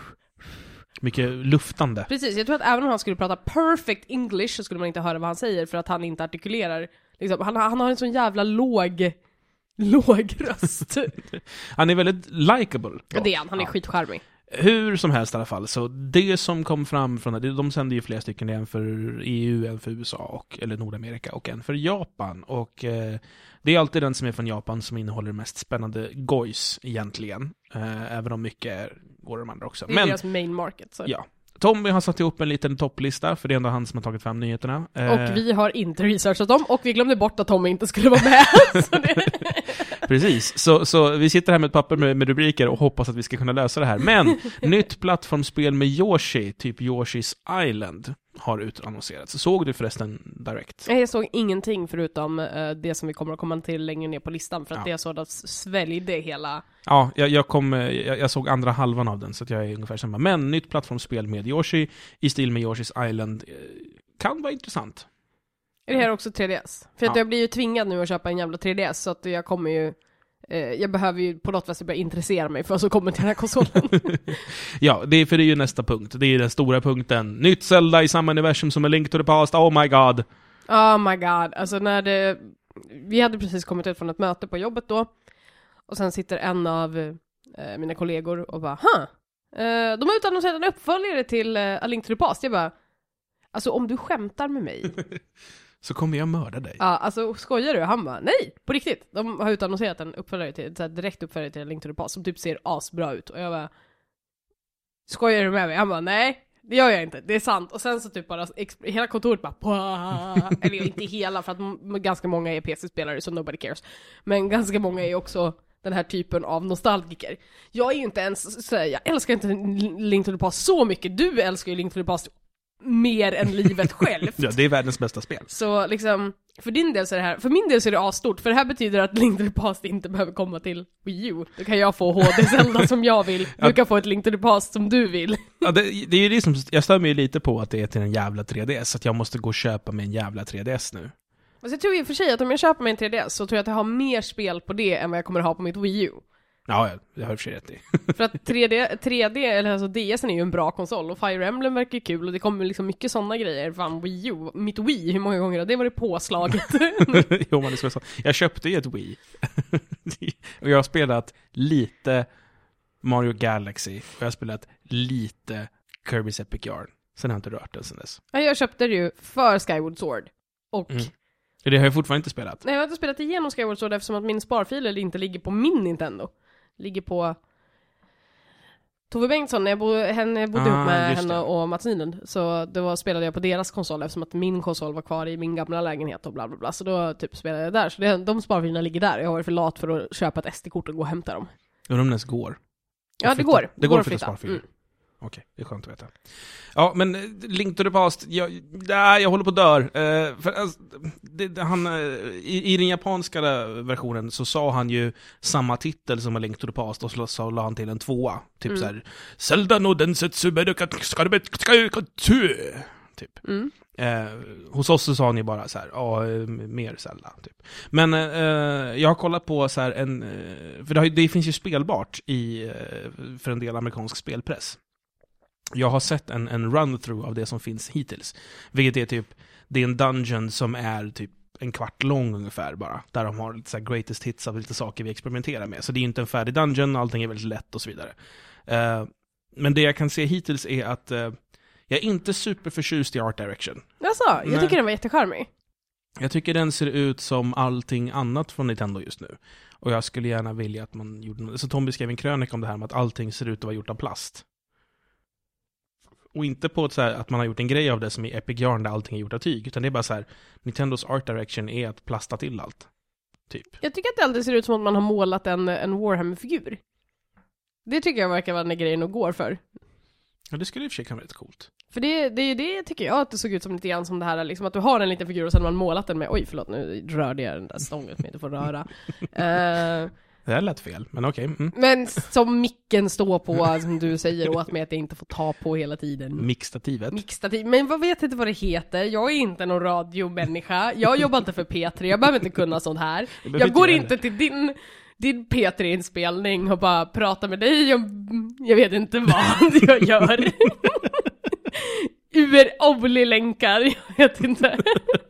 [SPEAKER 1] Mycket luftande.
[SPEAKER 2] Precis, jag tror att även om han skulle prata perfect English så skulle man inte höra vad han säger för att han inte artikulerar. Liksom, han har en sån jävla låg röst.
[SPEAKER 1] Han är väldigt likable.
[SPEAKER 2] Ja, det är han är skitcharmig.
[SPEAKER 1] Hur som helst i alla fall, så det som kom fram från det, de sände ju flera stycken, en för EU, en för USA eller Nordamerika och en för Japan, och det är alltid den som är från Japan som innehåller det mest spännande gojs egentligen, även om mycket går de andra också.
[SPEAKER 2] Det är deras main market. Så.
[SPEAKER 1] Ja. Tommy har satt ihop en liten topplista, för det är ändå han som har tagit fram nyheterna.
[SPEAKER 2] Och vi har inte researchat dem, och vi glömde bort att Tommy inte skulle vara med.
[SPEAKER 1] Precis, så vi sitter här med ett papper med rubriker och hoppas att vi ska kunna lösa det här. Men nytt plattformsspel med Yoshi, typ Yoshi's Island, har utannonserats. Så såg du förresten direkt?
[SPEAKER 2] Jag såg ingenting förutom det som vi kommer att komma till längre ner på listan, för att det är så att sväljde hela... Ja,
[SPEAKER 1] jag såg andra halvan av den, så att jag är ungefär samma. Men nytt plattformsspel med Yoshi i stil med Yoshi's Island kan vara intressant.
[SPEAKER 2] Är det här också 3DS? För att jag blir ju tvingad nu att köpa en jävla 3DS, så att jag kommer ju... jag behöver ju på något vis börja intressera mig för att så kommer till den här konsolen.
[SPEAKER 1] Ja, det är ju nästa punkt. Det är den stora punkten. Nytt Zelda i samma universum som A Link to the Past. Oh my god.
[SPEAKER 2] Oh my god. Alltså vi hade precis kommit ut från ett möte på jobbet då. Och sen sitter en av mina kollegor och bara, de har utannonserat en uppföljare till A Link to the Past. Jag bara, alltså om du skämtar med mig...
[SPEAKER 1] så kommer jag mörda dig.
[SPEAKER 2] Ja, alltså skojar du? Han bara, nej, på riktigt. De har utannonserat en uppföljare till, så här, direkt uppföljare till A Link to the Past som typ ser asbra ut. Och jag bara, skojar du med mig? Han bara, nej, Det gör jag inte, det är sant. Och sen så typ bara, hela kontoret bara eller inte hela, för att ganska många är PC-spelare så nobody cares. Men ganska många är också den här typen av nostalgiker. Jag är ju inte ens så jag älskar inte Link to the Past så mycket. Du älskar ju Link to the Past mer än livet självt.
[SPEAKER 1] Ja, det är världens bästa spel.
[SPEAKER 2] Så liksom, för din del så är det här, för min del så är det asstort, för det här betyder att Link to the Past inte behöver komma till Wii U. Då kan jag få HD Zelda som jag vill. Du kan få ett Link to the Past som du vill.
[SPEAKER 1] Ja, det är ju det som, jag stör mig lite på att det är till en jävla 3DS, så att jag måste gå och köpa mig en jävla 3DS nu.
[SPEAKER 2] Alltså jag tror i och för sig att om jag köper mig en 3DS så tror jag att jag har mer spel på det än vad jag kommer ha på mitt Wii U.
[SPEAKER 1] Ja, jag har i och för sig rätt i.
[SPEAKER 2] För att 3D eller alltså DSen är ju en bra konsol och Fire Emblem verkar kul och det kommer liksom mycket sådana grejer. Fan, Wii U, mitt Wii, hur många gånger har det varit påslaget?
[SPEAKER 1] Jo, men det ska så. Jag köpte ju ett Wii. Och jag har spelat lite Mario Galaxy och jag har spelat lite Kirby's Epic Yarn. Sen har jag inte rört den sen dess.
[SPEAKER 2] Jag köpte det ju för Skyward Sword. Och
[SPEAKER 1] det har jag fortfarande inte spelat.
[SPEAKER 2] Nej, jag har inte spelat igenom Skyward Sword eftersom att min sparfiler inte ligger på min Nintendo. Ligger på Tove Bengtsson, när jag bodde ihop med henne och Mats Nylund. Så då spelade jag på deras konsol eftersom att min konsol var kvar i min gamla lägenhet och bla bla bla. Så då typ spelade jag där. Så de sparfilerna ligger där. Jag har varit för lat för att köpa ett SD-kort och gå och hämta dem.
[SPEAKER 1] Ja, de ens går.
[SPEAKER 2] Ja, det går.
[SPEAKER 1] Det går att flytta sparfiler. Okej, det är skönt att veta. Ja, men Link to the Past, jag håller på att dör. För alltså, i den japanska versionen så sa han ju samma titel som Link to the Past och så la han till en 2. Typ så här Zelda no densetsu typ. Hos oss så sa han ju bara så här, mer Zelda typ. Men jag har kollat på så här för det finns ju spelbart för en del amerikansk spelpress. Jag har sett en run-through av det som finns hittills. Vilket är typ, det är en dungeon som är typ en kvart lång ungefär bara. Där de har lite så här greatest hits av lite saker vi experimenterar med. Så det är inte en färdig dungeon, allting är väldigt lätt och så vidare. Men det jag kan se hittills är att jag är inte superförtjust i art direction.
[SPEAKER 2] Alltså, jag tycker den var jättecharmig.
[SPEAKER 1] Jag tycker den ser ut som allting annat från Nintendo just nu. Och jag skulle gärna vilja att man gjorde... Så Tom beskrev en krönika om det här med att allting ser ut att vara gjort av plast. Och inte på ett så här att man har gjort en grej av det som i Epic Yarn där allting är gjort av tyg. Utan det är bara så här, Nintendos art direction är att plasta till allt. Typ.
[SPEAKER 2] Jag tycker att det alltid ser ut som att man har målat en Warhammer-figur. Det tycker jag verkar vara den grejen och går för.
[SPEAKER 1] Ja, det skulle i och för sig kunna vara rätt coolt.
[SPEAKER 2] För det är ju det tycker jag att det såg ut som lite grann som det här liksom att du har en liten figur och sen har man målat den med nu rörde jag den där stången som jag inte får röra.
[SPEAKER 1] Det här lät fel, men okej.
[SPEAKER 2] Men som micken står på, som du säger åt mig att jag inte får ta på hela tiden.
[SPEAKER 1] Mixtativet.
[SPEAKER 2] Men vad vet inte vad det heter. Jag är inte någon radiomänniska. Jag jobbar inte för P3. Jag behöver inte kunna sånt här. Jag går inte till din P3-inspelning och bara pratar med dig om jag vet inte vad jag gör. Olli-länkar, jag vet inte.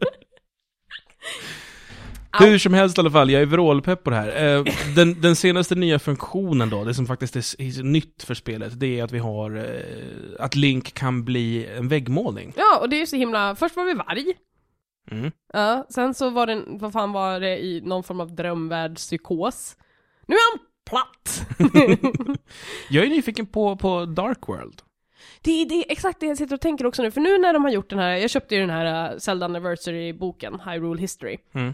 [SPEAKER 1] Hur som helst i alla fall, jag är vrålpepp på det här. Den senaste nya funktionen då, det som faktiskt är nytt för spelet, det är att vi har att Link kan bli en väggmålning.
[SPEAKER 2] Ja, och det är ju så himla... Först var vi varg. Ja, sen så var det, vad fan var det i någon form av drömvärldspsykos. Nu är han platt!
[SPEAKER 1] Jag är nyfiken på Dark World.
[SPEAKER 2] Det är exakt det jag sitter och tänker också nu. För nu när de har gjort den här, jag köpte ju den här Zelda Anniversary-boken, Hyrule History.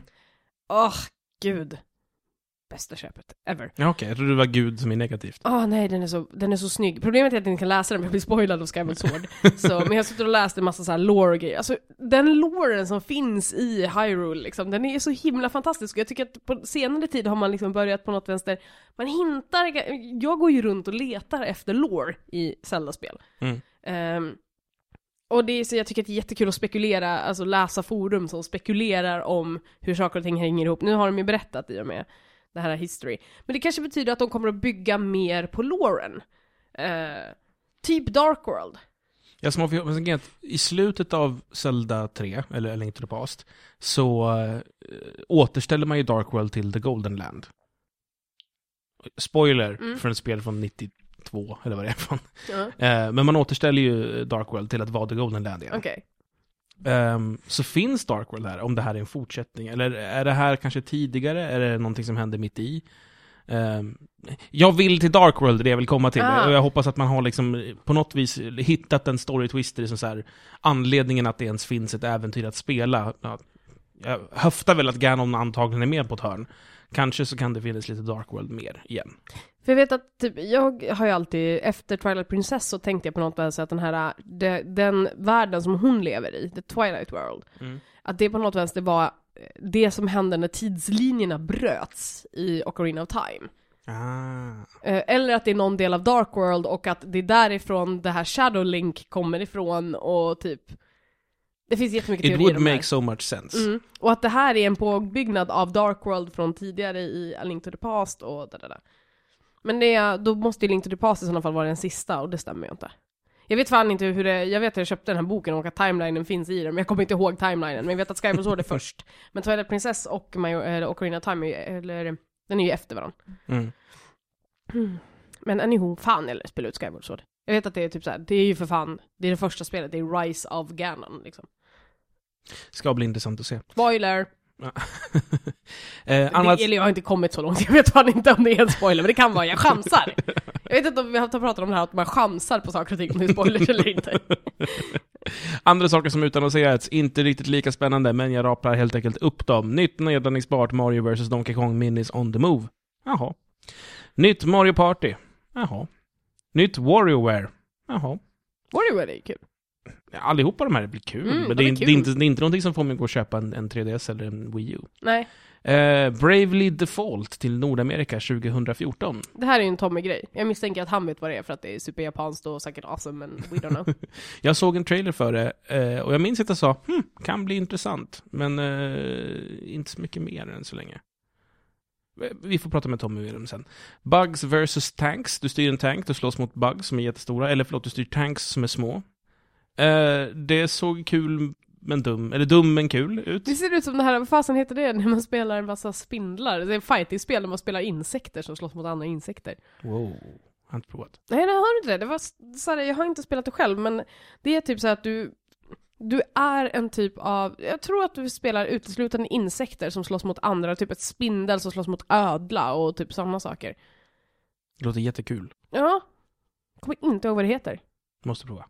[SPEAKER 2] Gud. Bästa köpet ever.
[SPEAKER 1] Ja, okej. Jag trodde det var Gud som är negativt.
[SPEAKER 2] Nej, den är så snygg. Problemet är att jag inte kan läsa den, men jag blir spoilad av Skyward Sword. Men jag sitter och läste en massa så här lore-grejer. Alltså, den loren som finns i Hyrule, liksom, den är så himla fantastisk. Jag tycker att på senare tid har man liksom börjat på något vänster. Man hintar... Jag går ju runt och letar efter lore i Zelda-spel. Och det är så jag tycker att det är jättekul att spekulera, alltså läsa forum som spekulerar om hur saker och ting hänger ihop. Nu har de ju berättat i och med det här history. Men det kanske betyder att de kommer att bygga mer på loren. Typ Dark World.
[SPEAKER 1] Ja, som man i slutet av Zelda 3, eller Link to the Past, så återställer man ju Dark World till The Golden Land. Spoiler för ett spel från 92, eller vad det är från. Men man återställer ju Dark World till att vara The Golden Land igen.
[SPEAKER 2] Okej.
[SPEAKER 1] Så finns Dark World här, om det här är en fortsättning? Eller är det här kanske tidigare? Är det någonting som händer mitt i? Jag vill till Dark World, det jag vill komma till.
[SPEAKER 2] Ah.
[SPEAKER 1] Och jag hoppas att man har liksom på något vis hittat en story twister som så här, anledningen att det ens finns ett äventyr att spela. Ja, jag höftar väl att Ganon antagligen är med på ett hörn. Kanske så kan det finnas lite Dark World mer igen.
[SPEAKER 2] För jag vet att typ, jag har ju alltid, efter Twilight Princess så tänkte jag på något vänster att den här, den världen som hon lever i, The Twilight World, att det på något vänster var det som hände när tidslinjerna bröts i Ocarina of Time. Eller att det är någon del av Dark World och att det är därifrån det här Shadow Link kommer ifrån och typ det finns jättemycket teorier om det.
[SPEAKER 1] It would make so much sense.
[SPEAKER 2] Och att det här är en påbyggnad av Dark World från tidigare i A Link to the Past och där. Men då måste ju Link to the Past i sådana fall vara den sista och det stämmer ju inte. Jag vet fan inte hur det... Jag vet att jag köpte den här boken och att timelinen finns i den, men jag kommer inte ihåg timelinen. Men jag vet att Skyward Sword är först. Men Twilight Princess och Ocarina of Time den är ju efter varandra. Men anywho, fan eller spela ut Skyward Sword. Jag vet att det är typ så här, det är ju för fan, det är det första spelet, det är Rise of Ganon liksom.
[SPEAKER 1] Ska bli intressant att se.
[SPEAKER 2] Spoiler!
[SPEAKER 1] Annars...
[SPEAKER 2] Eller jag har inte kommit så långt, jag vet fan inte om det är en spoiler, men det kan vara, jag chansar. Jag vet inte om vi har pratat om det här, att man chansar på saker och ting om det är spoilers eller inte.
[SPEAKER 1] Andra saker som utannonserats, inte riktigt lika spännande, men jag rapar helt enkelt upp dem. Nytt nedladdningsbart Mario vs Donkey Kong Minis on the Move. Jaha. Nytt Mario Party. Jaha. Nytt WarioWare. Jaha.
[SPEAKER 2] WarioWare är kul.
[SPEAKER 1] Allihopa de här blir kul, men det är inte någonting som får mig gå och köpa en 3DS eller en Wii U.
[SPEAKER 2] Nej.
[SPEAKER 1] Bravely Default till Nordamerika 2014.
[SPEAKER 2] Det här är ju en Tommy-grej. Jag misstänker att han vet vad det är för att det är superjapanskt och säkert awesome, men we don't know.
[SPEAKER 1] Jag såg en trailer för det och jag minns att jag sa, kan bli intressant, men inte så mycket mer än så länge. Vi får prata med Tommy om sen. Bugs vs Tanks. Du styr en tank, du slåss mot bugs som är jättestora. Eller förlåt, du styr tanks som är små. Det såg kul men dum men kul ut. Det
[SPEAKER 2] ser ut som det här, vad fasen heter det när man spelar en massa spindlar? Det är fighting-spel där man spelar insekter som slåss mot andra insekter.
[SPEAKER 1] Wow, jag har inte provat.
[SPEAKER 2] Nej, det har du inte det. Det var så här, jag har inte spelat det själv, men det är typ så att du är en typ av, jag tror att du spelar uteslutande insekter som slåss mot andra, typ ett spindel som slåss mot ödla och typ sådana saker.
[SPEAKER 1] Det låter jättekul.
[SPEAKER 2] Ja. Kommer inte ihåg vad det heter.
[SPEAKER 1] Måste prova.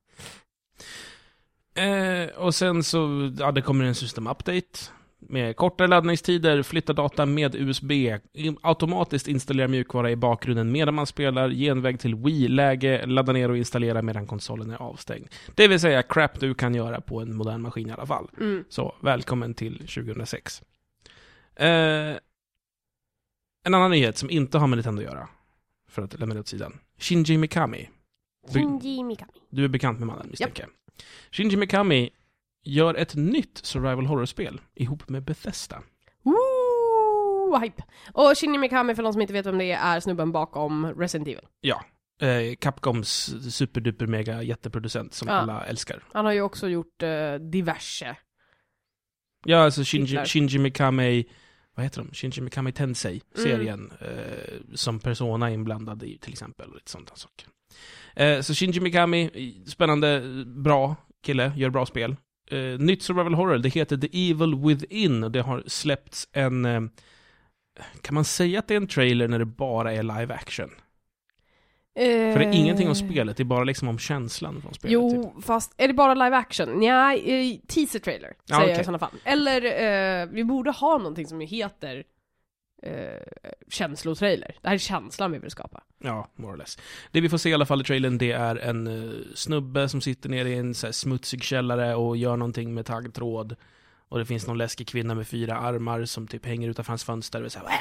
[SPEAKER 1] Och sen så det kommer en system update med kortare laddningstider, flytta data med USB, automatiskt installera mjukvara i bakgrunden medan man spelar, genväg till Wii-läge, ladda ner och installera medan konsolen är avstängd. Det vill säga crap du kan göra på en modern maskin i alla fall. Så välkommen till 2006. En annan nyhet som inte har med Nintendo att göra, för att lämna det åt sidan. Shinji Mikami. Du är bekant med mannen, misstänker jag. Shinji Mikami gör ett nytt survival horror-spel ihop med Bethesda.
[SPEAKER 2] Woo! Hype! Och Shinji Mikami, för de som inte vet vem det är snubben bakom Resident Evil.
[SPEAKER 1] Ja, Capcoms superduper mega jätteproducent som alla älskar.
[SPEAKER 2] Han har ju också gjort diverse.
[SPEAKER 1] Ja, alltså Shinji Mikami, vad heter de? Shinji Mikami Tensei-serien som Persona inblandad i till exempel och lite sånt där saker. Så Shinji Mikami, spännande, bra kille, gör bra spel. Nytt survival horror, det heter The Evil Within och det har släppts en, kan man säga att det är en trailer när det bara är live action? För det är ingenting om spelet, det är bara liksom om känslan från spelet.
[SPEAKER 2] Jo, typ. Fast är det bara live action? Ja, teaser trailer säger jag i sådana fall. Eller vi borde ha någonting som heter känslotrailer. Det här är känslan vi vill skapa.
[SPEAKER 1] Ja, more or less. Det vi får se i alla fall i trailern, det är en snubbe som sitter nere i en så här smutsig källare och gör någonting med taggtråd. Och det finns någon läskig kvinna med 4 armar som typ hänger utanför hans fönster och så här,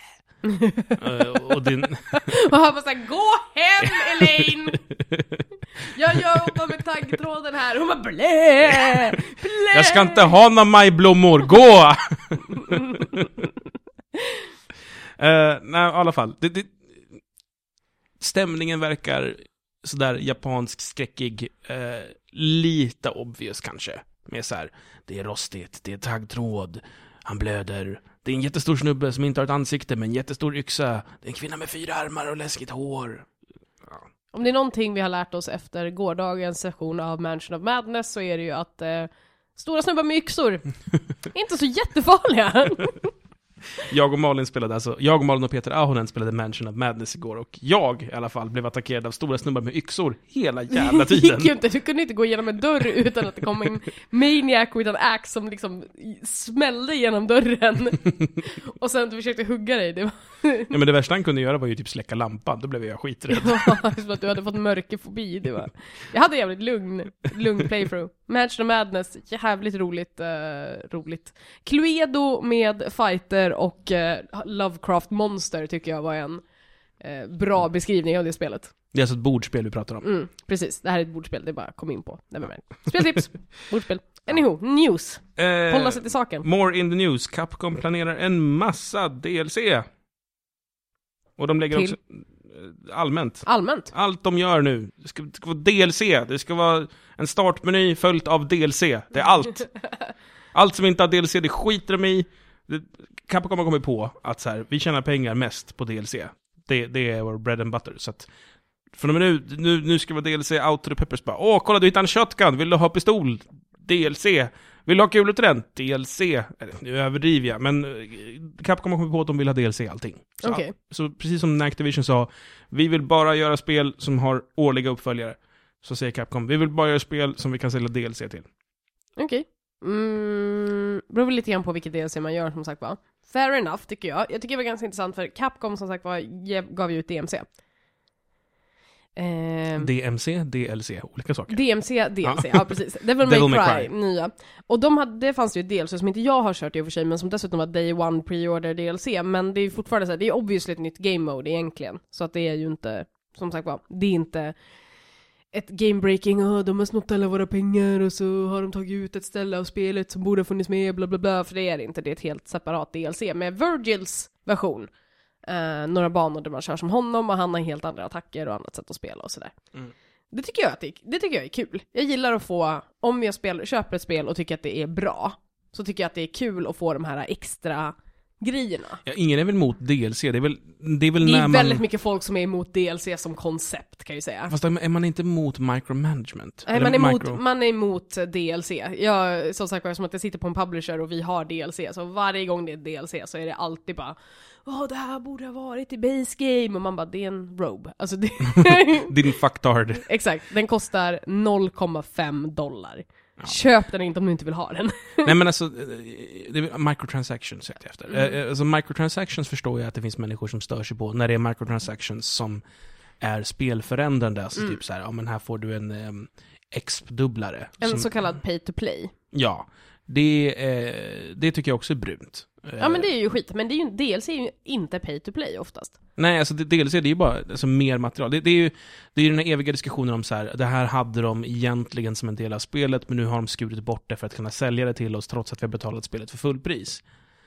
[SPEAKER 1] och
[SPEAKER 2] han bara såhär, gå hem Elaine! Jag jobbar med taggtråden här. Hon bara, blä!
[SPEAKER 1] Jag ska inte ha några majblommor, gå! Nej, i alla fall. Stämningen verkar sådär japansk skräckig, lite obvious kanske. Med så här, det är rostigt, det är taggtråd, han blöder. Det är en jättestor snubbe som inte har ett ansikte men en jättestor yxa. Det är en kvinna med 4 armar och läskigt hår. Ja.
[SPEAKER 2] Om det är någonting vi har lärt oss efter gårdagens session av Mansion of Madness så är det ju att stora snubbar med yxor inte så jättefarliga.
[SPEAKER 1] Jag och Malin och Peter Ahonen spelade Mansion of Madness igår, och jag i alla fall blev attackerad av stora snubbar med yxor hela jävla tiden.
[SPEAKER 2] Det gick ju inte, du kunde inte gå igenom en dörr utan att det kom en maniac with an axe som liksom smällde genom dörren. Och sen du försökte hugga dig. Det var...
[SPEAKER 1] Ja, men det värsta han kunde göra var ju typ släcka lampan, då blev jag skiträdd.
[SPEAKER 2] Ja, som att du hade fått mörkerfobi. Det var... Jag hade jävligt lugn playthrough. Mansion of Madness, jävligt roligt. Cluedo med fighter och Lovecraft Monster tycker jag var en bra beskrivning av det spelet.
[SPEAKER 1] Det är alltså ett bordspel vi pratar om.
[SPEAKER 2] Precis, det här är ett bordspel, det är bara kom in på. Speltips, bordspel. Anywho, news. Hålla sig till saken.
[SPEAKER 1] More in the news. Capcom planerar en massa DLC. Och de lägger också allmänt. Allt de gör nu. Det ska vara DLC. Det ska vara en startmeny följt av DLC. Det är allt. Allt som inte har DLC, det skiter de i. Capcom har kommit på att så här, vi tjänar pengar mest på DLC. Det är vår bread and butter. Så att från och med nu ska vi ha DLC out to the peppers. Bara, kolla, du hittar en shotgun. Vill du ha pistol? DLC. Vill du ha kulor till den? DLC. Nu överdriver jag, men Capcom har kommit på att de vill ha DLC allting. Så precis som Activision sa, vi vill bara göra spel som har årliga uppföljare. Så säger Capcom, vi vill bara göra spel som vi kan sälja DLC till.
[SPEAKER 2] Okej. Beror väl lite grann på vilket DLC man gör, som sagt, va? Fair enough, tycker jag. Jag tycker det var ganska intressant, för Capcom, som sagt, gav ju ut DMC.
[SPEAKER 1] DMC, DLC, olika saker.
[SPEAKER 2] DMC, DLC, ja precis. Devil May Cry, nya. Och det fanns ju ett DLC som inte jag har kört i och för sig, men som dessutom var Day One Pre-Order DLC. Men det är ju fortfarande så här, det är obviously ett nytt game mode egentligen. Så att det är ju inte, som sagt, det är inte ett game-breaking, de har snott alla våra pengar och så har de tagit ut ett ställe av spelet som borde ha funnits med, bla bla bla, för det är det inte. Det är ett helt separat DLC med Virgils version. Några banor där man kör som honom och han har helt andra attacker och annat sätt att spela och sådär. Det tycker jag är kul. Jag gillar att få, om jag köper ett spel och tycker att det är bra, så tycker jag att det är kul att få de här extra grejerna.
[SPEAKER 1] Ja, ingen är väl emot DLC. Det är
[SPEAKER 2] väldigt mycket folk som är emot DLC som koncept, kan jag säga.
[SPEAKER 1] Fast är man inte emot micromanagement?
[SPEAKER 2] Nej, man är emot DLC. Jag, som sagt, som att jag sitter på en publisher och vi har DLC, så varje gång det är DLC så är det alltid bara det här borde ha varit i base game, och man bara, det är en robe. Alltså det
[SPEAKER 1] din fucktard.
[SPEAKER 2] Exakt, den kostar $0.5. Ja. Köp den inte om du inte vill ha den.
[SPEAKER 1] Nej, men alltså, det är microtransactions efter. Alltså microtransactions förstår jag att det finns människor som stör sig på när det är microtransactions som är spelförändrande. Alltså typ så här, men här får du en exp-dubblare.
[SPEAKER 2] En så kallad pay to play.
[SPEAKER 1] Ja, det tycker jag också är brunt.
[SPEAKER 2] Ja, men det är ju skit. Men det är ju, DLC är ju inte pay to play oftast.
[SPEAKER 1] Nej, alltså DLC det är ju bara alltså, mer material. Det är ju den här eviga diskussionen om så här, det här hade de egentligen som en del av spelet, men nu har de skurit bort det för att kunna sälja det till oss trots att vi har betalat spelet för full pris.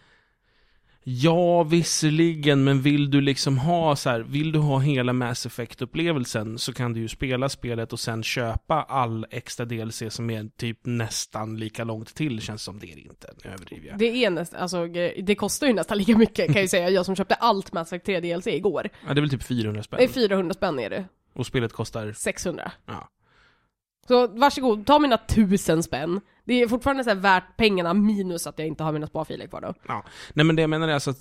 [SPEAKER 1] Ja, visserligen, men vill du liksom ha så här, vill du ha hela Mass Effect-upplevelsen, så kan du ju spela spelet och sen köpa all extra DLC som är typ nästan lika långt till, känns som det är inte. Överdriver jag.
[SPEAKER 2] Det är nästan, alltså det kostar ju nästan lika mycket, kan jag ju säga. Jag som köpte allt Mass Effect 3 DLC igår.
[SPEAKER 1] Ja, det är väl typ 400 spänn.
[SPEAKER 2] Det är 400 spänn är det.
[SPEAKER 1] Och spelet kostar
[SPEAKER 2] 600.
[SPEAKER 1] Ja.
[SPEAKER 2] Så varsågod, ta mina 1000 spänn. Det är fortfarande så här värt pengarna minus att jag inte har mina sparfiler kvar då.
[SPEAKER 1] Ja. Nej, men det jag menar är alltså att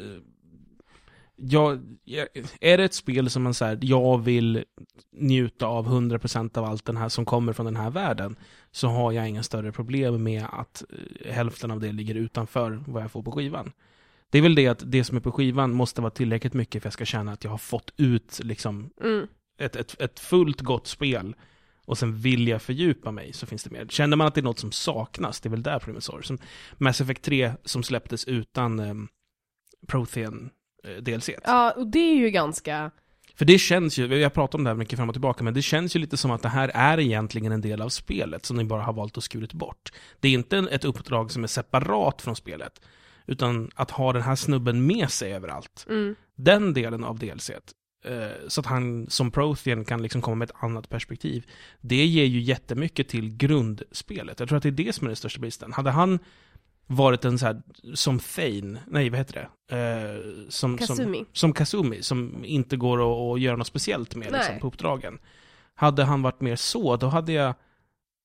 [SPEAKER 1] är det ett spel som man säger, jag vill njuta av 100% av allt den här som kommer från den här världen, så har jag inga större problem med att hälften av det ligger utanför vad jag får på skivan. Det är väl det att det som är på skivan måste vara tillräckligt mycket för att jag ska känna att jag har fått ut liksom ett fullt gott spel. Och sen vill jag fördjupa mig, så finns det mer. Känner man att det är något som saknas, det är väl där problemet står. Som Mass Effect 3 som släpptes utan Prothean DLC.
[SPEAKER 2] Ja, och det är ju ganska...
[SPEAKER 1] För det känns ju, jag pratar om det här mycket fram och tillbaka, men det känns ju lite som att det här är egentligen en del av spelet som ni bara har valt att skurit bort. Det är inte ett uppdrag som är separat från spelet, utan att ha den här snubben med sig överallt. Den delen av DLC:t. Så att han som Prothean kan liksom komma med ett annat perspektiv. Det ger ju jättemycket till grundspelet. Jag tror att det är det som är den största bristen. Hade han varit en så här som Thane, nej vad heter det? Som Kazumi, som inte går att göra något speciellt med liksom, på uppdragen. Hade han varit mer så, då hade jag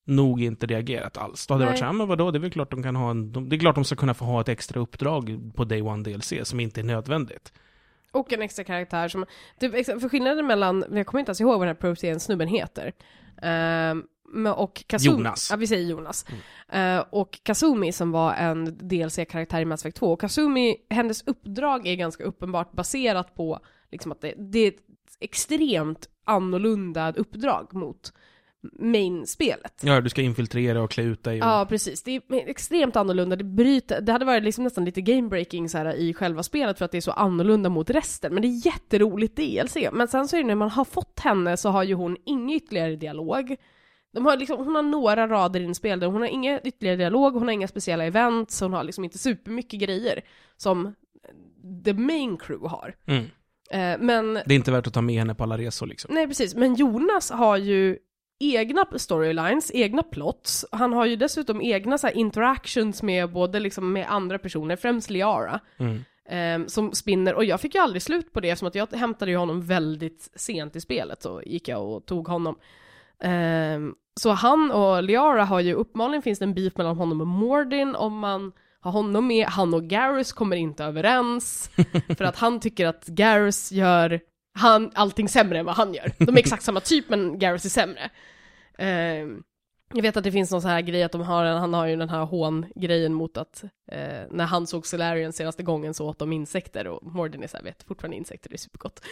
[SPEAKER 1] nog inte reagerat alls. Då hade det varit så här, men vadå, det är väl klart de kan ha det är klart de ska kunna få ha ett extra uppdrag på Day One DLC som inte är nödvändigt.
[SPEAKER 2] Och en extra karaktär som... för skillnaden mellan... Jag kommer inte ens ihåg vad den här Protean-snubben heter. Och Kazumi...
[SPEAKER 1] Jonas.
[SPEAKER 2] Ja, vi säger Jonas. Och Kazumi som var en DLC-karaktär i Mass Effect 2. Och Kazumi, hennes uppdrag är ganska uppenbart baserat på liksom att det är ett extremt annorlunda uppdrag mot main-spelet.
[SPEAKER 1] Ja, du ska infiltrera och klä ut dig.
[SPEAKER 2] Ja, precis. Det är extremt annorlunda. Det hade varit liksom nästan lite game-breaking så här, i själva spelet för att det är så annorlunda mot resten. Men det är jätteroligt DLC. Men sen så är det när man har fått henne så har ju hon ingen ytterligare dialog. Hon har några rader inspelade. Hon har ingen ytterligare dialog. Hon har inga speciella events. Hon har liksom inte supermycket grejer som the main crew har. Men
[SPEAKER 1] det är inte värt att ta med henne på alla resor liksom.
[SPEAKER 2] Nej, precis. Men Jonas har ju egna storylines, egna plots. Han har ju dessutom egna så här interactions med både liksom med andra personer, främst Liara. Som spinner, och jag fick ju aldrig slut på det som att jag hämtade ju honom väldigt sent i spelet, så gick jag och tog honom. Så han och Liara har ju uppenbarligen finns det en beef mellan honom och Mordin om man har honom med. Han och Garrus kommer inte överens för att han tycker att Garrus gör allting sämre än vad han gör. De är exakt samma typ, men Garrus är sämre. Jag vet att det finns någon så här grej att han har ju den här hån-grejen mot att när han såg Solarian senaste gången så åt de insekter, och Mordin är så här, vet fortfarande insekter, det är supergott.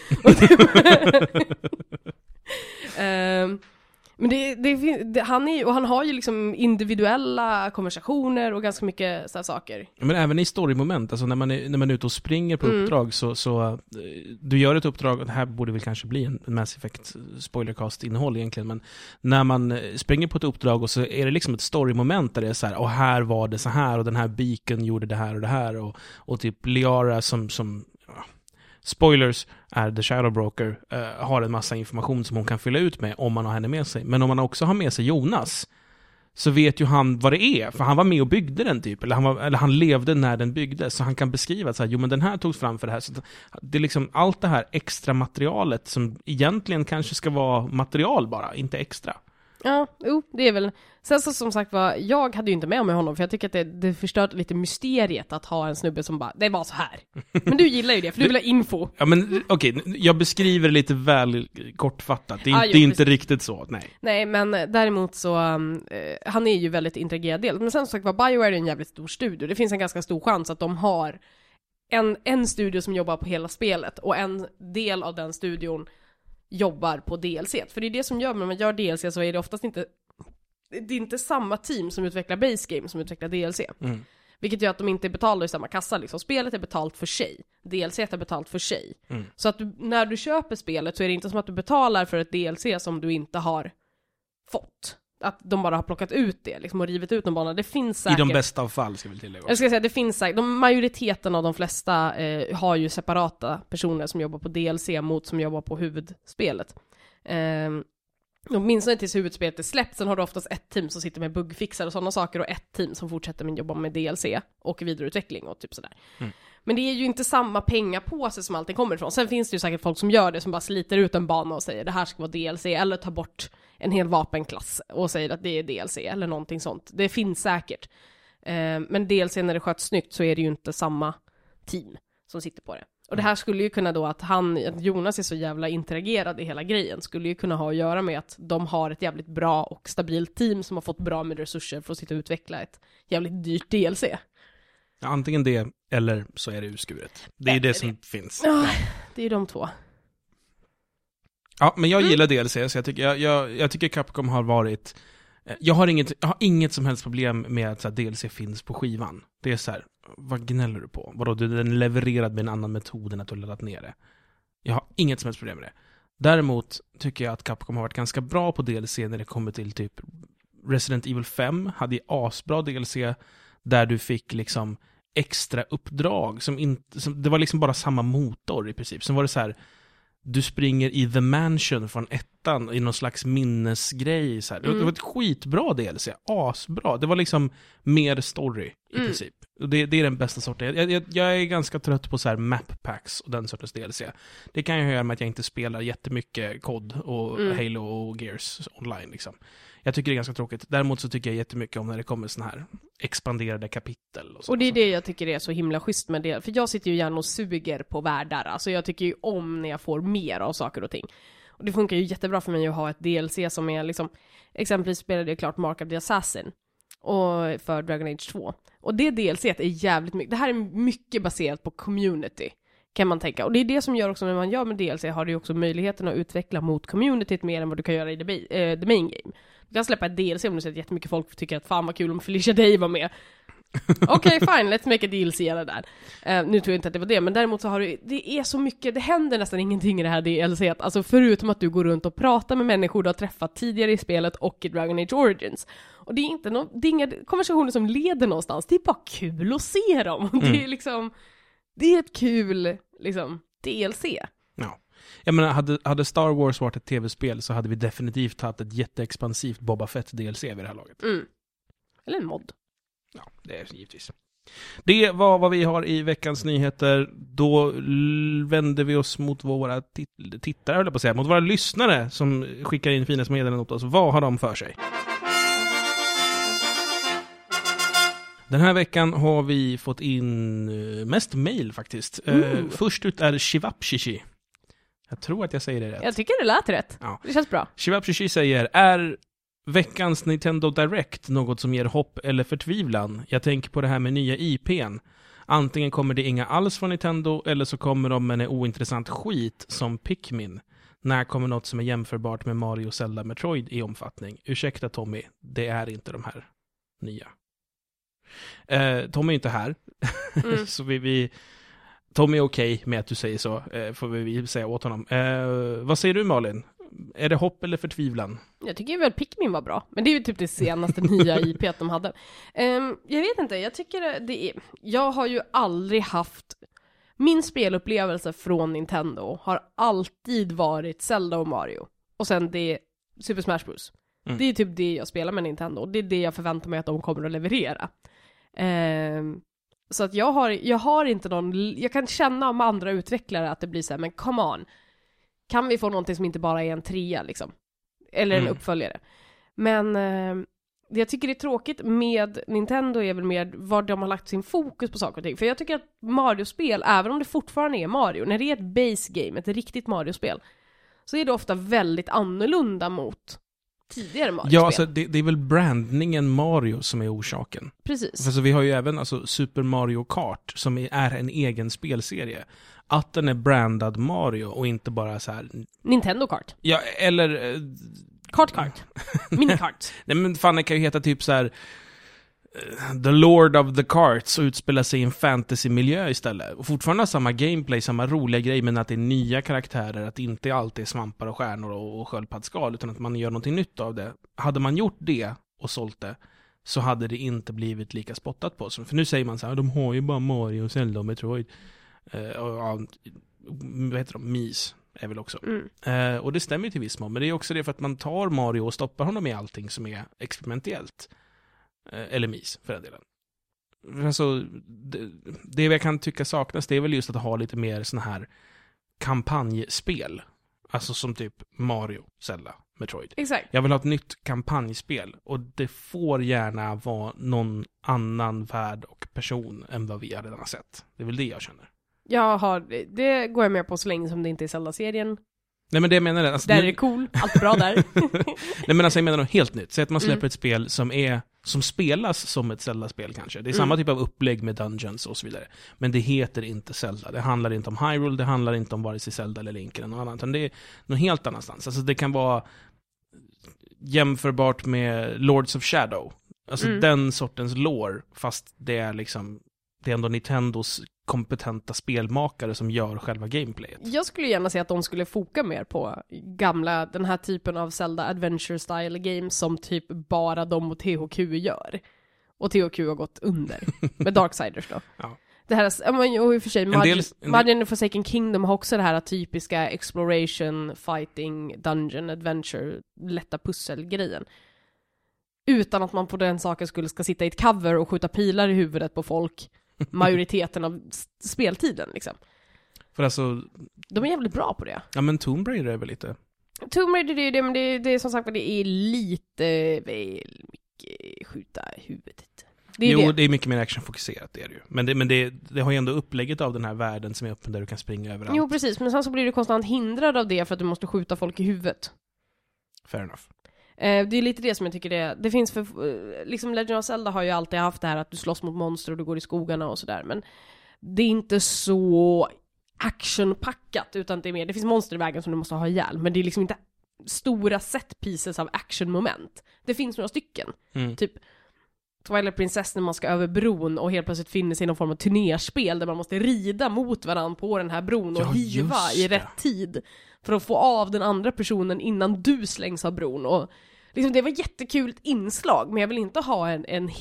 [SPEAKER 2] Men han har ju liksom individuella konversationer och ganska mycket sådana saker.
[SPEAKER 1] Men även i storymoment, alltså när man är ute och springer på uppdrag så du gör ett uppdrag, det här borde väl kanske bli en Mass Effect spoilercast-innehåll egentligen, men när man springer på ett uppdrag och så är det liksom ett storymoment där det är så här, och här var det så här, och den här beacon gjorde det här och det här, och typ Liara som spoilers är The Shadow Broker, har en massa information som hon kan fylla ut med om man har henne med sig. Men om man också har med sig Jonas så vet ju han vad det är, för han var med och byggde den typ, eller han levde när den byggdes, så han kan beskriva så här, jo men den här togs fram för det här. Så det är liksom allt det här extra materialet som egentligen kanske ska vara material bara, inte extra.
[SPEAKER 2] Ja, det är väl... Sen så som sagt var, jag hade ju inte med honom för jag tycker att det förstört lite mysteriet att ha en snubbe som bara, det var så här. Men du gillar ju det, för du vill ha info.
[SPEAKER 1] Ja, men okej, jag beskriver lite väl kortfattat. Det är inte riktigt så, nej. Nej,
[SPEAKER 2] men däremot så, han är ju väldigt integrerad del. Men sen som sagt var, BioWare är en jävligt stor studio. Det finns en ganska stor chans att de har en studio som jobbar på hela spelet, och en del av den studion jobbar på DLC. För det är det som gör, när man gör DLC så är det oftast inte, det är inte samma team som utvecklar base game som utvecklar DLC. Vilket gör att de inte är betalda i samma kassa liksom. Spelet är betalt för sig, DLC är betalt för sig. Så att när du köper spelet så är det inte som att du betalar för ett DLC som du inte har fått. Att de bara har plockat ut det liksom, och rivit ut någon bana. Det finns säkert...
[SPEAKER 1] I de bästa av fall ska vi tillägga.
[SPEAKER 2] Jag ska säga, det finns säkert... Majoriteten av de flesta har ju separata personer som jobbar på DLC mot som jobbar på huvudspelet. Åtminstone tills huvudspelet är släppt. Sen har du oftast ett team som sitter med bugfixar och sådana saker, och ett team som fortsätter med att jobba med DLC och vidareutveckling och typ sådär. Men det är ju inte samma pengar på sig som allting kommer ifrån. Sen finns det ju säkert folk som gör det, som bara sliter ut en bana och säger det här ska vara DLC, eller tar bort en hel vapenklass och säger att det är DLC eller någonting sånt. Det finns säkert. Men DLC när det sköts snyggt så är det ju inte samma team som sitter på det. Och det här skulle ju kunna då att Jonas är så jävla interagerad i hela grejen, skulle ju kunna ha att göra med att de har ett jävligt bra och stabilt team som har fått bra med resurser för att sitta och utveckla ett jävligt dyrt DLC.
[SPEAKER 1] Ja, antingen det eller så är det urskuret. Det är ju det som finns.
[SPEAKER 2] Ja, det är ju de två.
[SPEAKER 1] Ja, men jag gillar DLC, så jag tycker Capcom har varit... Jag har inget som helst problem med att så här, DLC finns på skivan. Det är så här, vad gnäller du på? Vadå, den är levererad med en annan metod än att du har laddat ner det. Jag har inget som helst problem med det. Däremot tycker jag att Capcom har varit ganska bra på DLC när det kommer till typ Resident Evil 5 hade ju asbra DLC där du fick liksom extra uppdrag som det var liksom bara samma motor i princip. Sen var det så här, du springer i The Mansion från ettan i någon slags minnesgrej så här. Det var ett skitbra DLC, asbra. Det var liksom mer story i princip. Och det är den bästa sorten. Jag är ganska trött på så här map packs och den sortens DLC. Det kan ju göra med att jag inte spelar jättemycket COD och Halo och Gears online liksom. Jag tycker det är ganska tråkigt. Däremot så tycker jag jättemycket om när det kommer såna här expanderade kapitel.
[SPEAKER 2] Och det är det jag tycker är så himla schysst med det. För jag sitter ju gärna och suger på världar. Alltså jag tycker ju om när jag får mer av saker och ting. Och det funkar ju jättebra för mig att ha ett DLC som är liksom... Exempelvis spelade jag klart Mark of the Assassin. Och för Dragon Age 2. Och det DLC är jävligt mycket... Det här är mycket baserat på community. Kan man tänka. Och det är det som gör också när man gör med DLC har du ju också möjligheten att utveckla mot communityt mer än vad du kan göra i the main game. Du kan släppa ett DLC om du ser att jättemycket folk tycker att fan vad kul om Felicia Day var med. Okej, fine, let's make a DLC eller där. Nu tror jag inte att det var det, men däremot så har du, det är så mycket, det händer nästan ingenting i det här DLC. Alltså förutom att du går runt och pratar med människor du har träffat tidigare i spelet och i Dragon Age Origins. Och det är inte det är inga konversationer som leder någonstans. Det är bara kul att se dem. Det är liksom, det är ett kul liksom DLC.
[SPEAKER 1] Ja. Jag menar, hade Star Wars varit ett tv-spel så hade vi definitivt haft ett jätteexpansivt Boba Fett DLC vid det här laget.
[SPEAKER 2] Eller en mod.
[SPEAKER 1] Ja, det är givetvis. Det var vad vi har i veckans nyheter. Då vänder vi oss mot våra tittare, höll jag på att säga, mot våra lyssnare som skickar in fina meddelanden åt oss. Vad har de för sig? Den här veckan har vi fått in mest mail faktiskt. Först ut är Shivapshishi. Jag tror att jag säger det rätt.
[SPEAKER 2] Jag tycker det lät rätt. Ja. Det känns bra.
[SPEAKER 1] Shivapshishi säger, är veckans Nintendo Direct något som ger hopp eller förtvivlan? Jag tänker på det här med nya IPn. Antingen kommer det inga alls från Nintendo eller så kommer de med en ointressant skit som Pikmin. När kommer något som är jämförbart med Mario, Zelda, Metroid i omfattning? Ursäkta Tommy, det är inte de här nya. Tommy är inte här. Så Tommy är okej med att du säger så, får vi säga åt honom. Vad säger du Malin? Är det hopp eller förtvivlan?
[SPEAKER 2] Jag tycker väl Pikmin var bra. Men det är ju typ det senaste nya IP att de hade. Jag vet inte, jag tycker det är... Jag har ju aldrig haft... Min spelupplevelse från Nintendo har alltid varit Zelda och Mario. Och sen det är Super Smash Bros. Det är typ det jag spelar med Nintendo. Det är det jag förväntar mig att de kommer att leverera. Så att jag har inte någon... Jag kan känna med andra utvecklare att det blir så här, men come on. Kan vi få någonting som inte bara är en 3 liksom? Eller en uppföljare. Men det jag tycker det är tråkigt med Nintendo är väl mer var de har lagt sin fokus på saker och ting. För jag tycker att Mario-spel, även om det fortfarande är Mario, när det är ett base game, ett riktigt Mario-spel, så är det ofta väldigt annorlunda mot tidigare Mario-spel.
[SPEAKER 1] Ja, alltså det är väl brandningen Mario som är orsaken.
[SPEAKER 2] Precis.
[SPEAKER 1] För så vi har ju även alltså, Super Mario Kart som är en egen spelserie. Att den är brandad Mario och inte bara så här...
[SPEAKER 2] Nintendo Kart.
[SPEAKER 1] Ja, eller...
[SPEAKER 2] Kart. Minikart.
[SPEAKER 1] Nej, men fan, det kan ju heta typ så här... The Lord of the Karts och utspela sig i en fantasy-miljö istället. Och fortfarande samma gameplay, samma roliga grej, men att det är nya karaktärer, att det inte alltid är svampar och stjärnor och sköldpaddsskal, utan att man gör någonting nytt av det. Hade man gjort det och sålt det, så hade det inte blivit lika spottat på. För nu säger man så här, de har ju bara Mario, Zelda och Metroid. Vad heter de? Mis är väl också. Och det stämmer till viss mån, men det är också det för att man tar Mario och stoppar honom i allting som är experimentellt. Eller Mis, för den delen. Alltså, det jag kan tycka saknas, det är väl just att ha lite mer såna här kampanjspel. Alltså som typ Mario, Zelda, Metroid.
[SPEAKER 2] Exakt.
[SPEAKER 1] Jag vill ha ett nytt kampanjspel. Och det får gärna vara någon annan värld och person än vad vi redan har sett. Det är väl det jag känner.
[SPEAKER 2] Det går jag med på så länge som det inte är Zelda-serien.
[SPEAKER 1] Nej, men det jag menar alltså,
[SPEAKER 2] där är det cool, allt bra där.
[SPEAKER 1] Nej, men alltså jag menar något helt nytt. Så att man släpper ett spel som spelas som ett Zelda-spel kanske. Det är samma typ av upplägg med dungeons och så vidare. Men det heter inte Zelda. Det handlar inte om Hyrule, det handlar inte om vare sig Zelda eller Link eller något annat. Utan det är något helt annanstans. Alltså det kan vara jämförbart med Lords of Shadow. Alltså den sortens lore, fast det är liksom, det är ändå Nintendos kompetenta spelmakare som gör själva gameplayet. Jag skulle
[SPEAKER 2] gärna se att de skulle foka mer på den här typen av Zelda Adventure Style Games som typ bara de och THQ gör. Och THQ har gått under. Med Darksiders då. Ja. Det här, och i och för sig, Margin of Forsaken Kingdom har också det här typiska exploration, fighting, dungeon, adventure, lätta pusselgrejen. Utan att man på den saken ska sitta i ett cover och skjuta pilar i huvudet på folk majoriteten av speltiden liksom.
[SPEAKER 1] För alltså,
[SPEAKER 2] de är jävligt bra på det.
[SPEAKER 1] Ja, men Tomb Raider är väl lite...
[SPEAKER 2] Tomb Raider det är ju det, men det är som sagt det är lite väl mycket skjuta i huvudet.
[SPEAKER 1] Det är mycket mer actionfokuserat, det är det ju. Men det har ju ändå upplägget av den här världen som är öppen där du kan springa överallt.
[SPEAKER 2] Jo, precis. Men sen så blir du konstant hindrad av det för att du måste skjuta folk i huvudet.
[SPEAKER 1] Fair enough.
[SPEAKER 2] Det är lite det som jag tycker det finns för... Liksom Legend of Zelda har ju alltid haft det här att du slåss mot monster och du går i skogarna och sådär. Men det är inte så actionpackat, utan det är mer... Det finns monster i vägen som du måste ha ihjäl. Men det är liksom inte stora set pieces av actionmoment. Det finns några stycken. Typ Twilight Princess när man ska över bron och helt plötsligt finner sig i någon form av turnerspel där man måste rida mot varandra på den här bron och hiva i rätt tid för att få av den andra personen innan du slängs av bron. Och liksom, det var ett jättekul inslag, men jag vill inte ha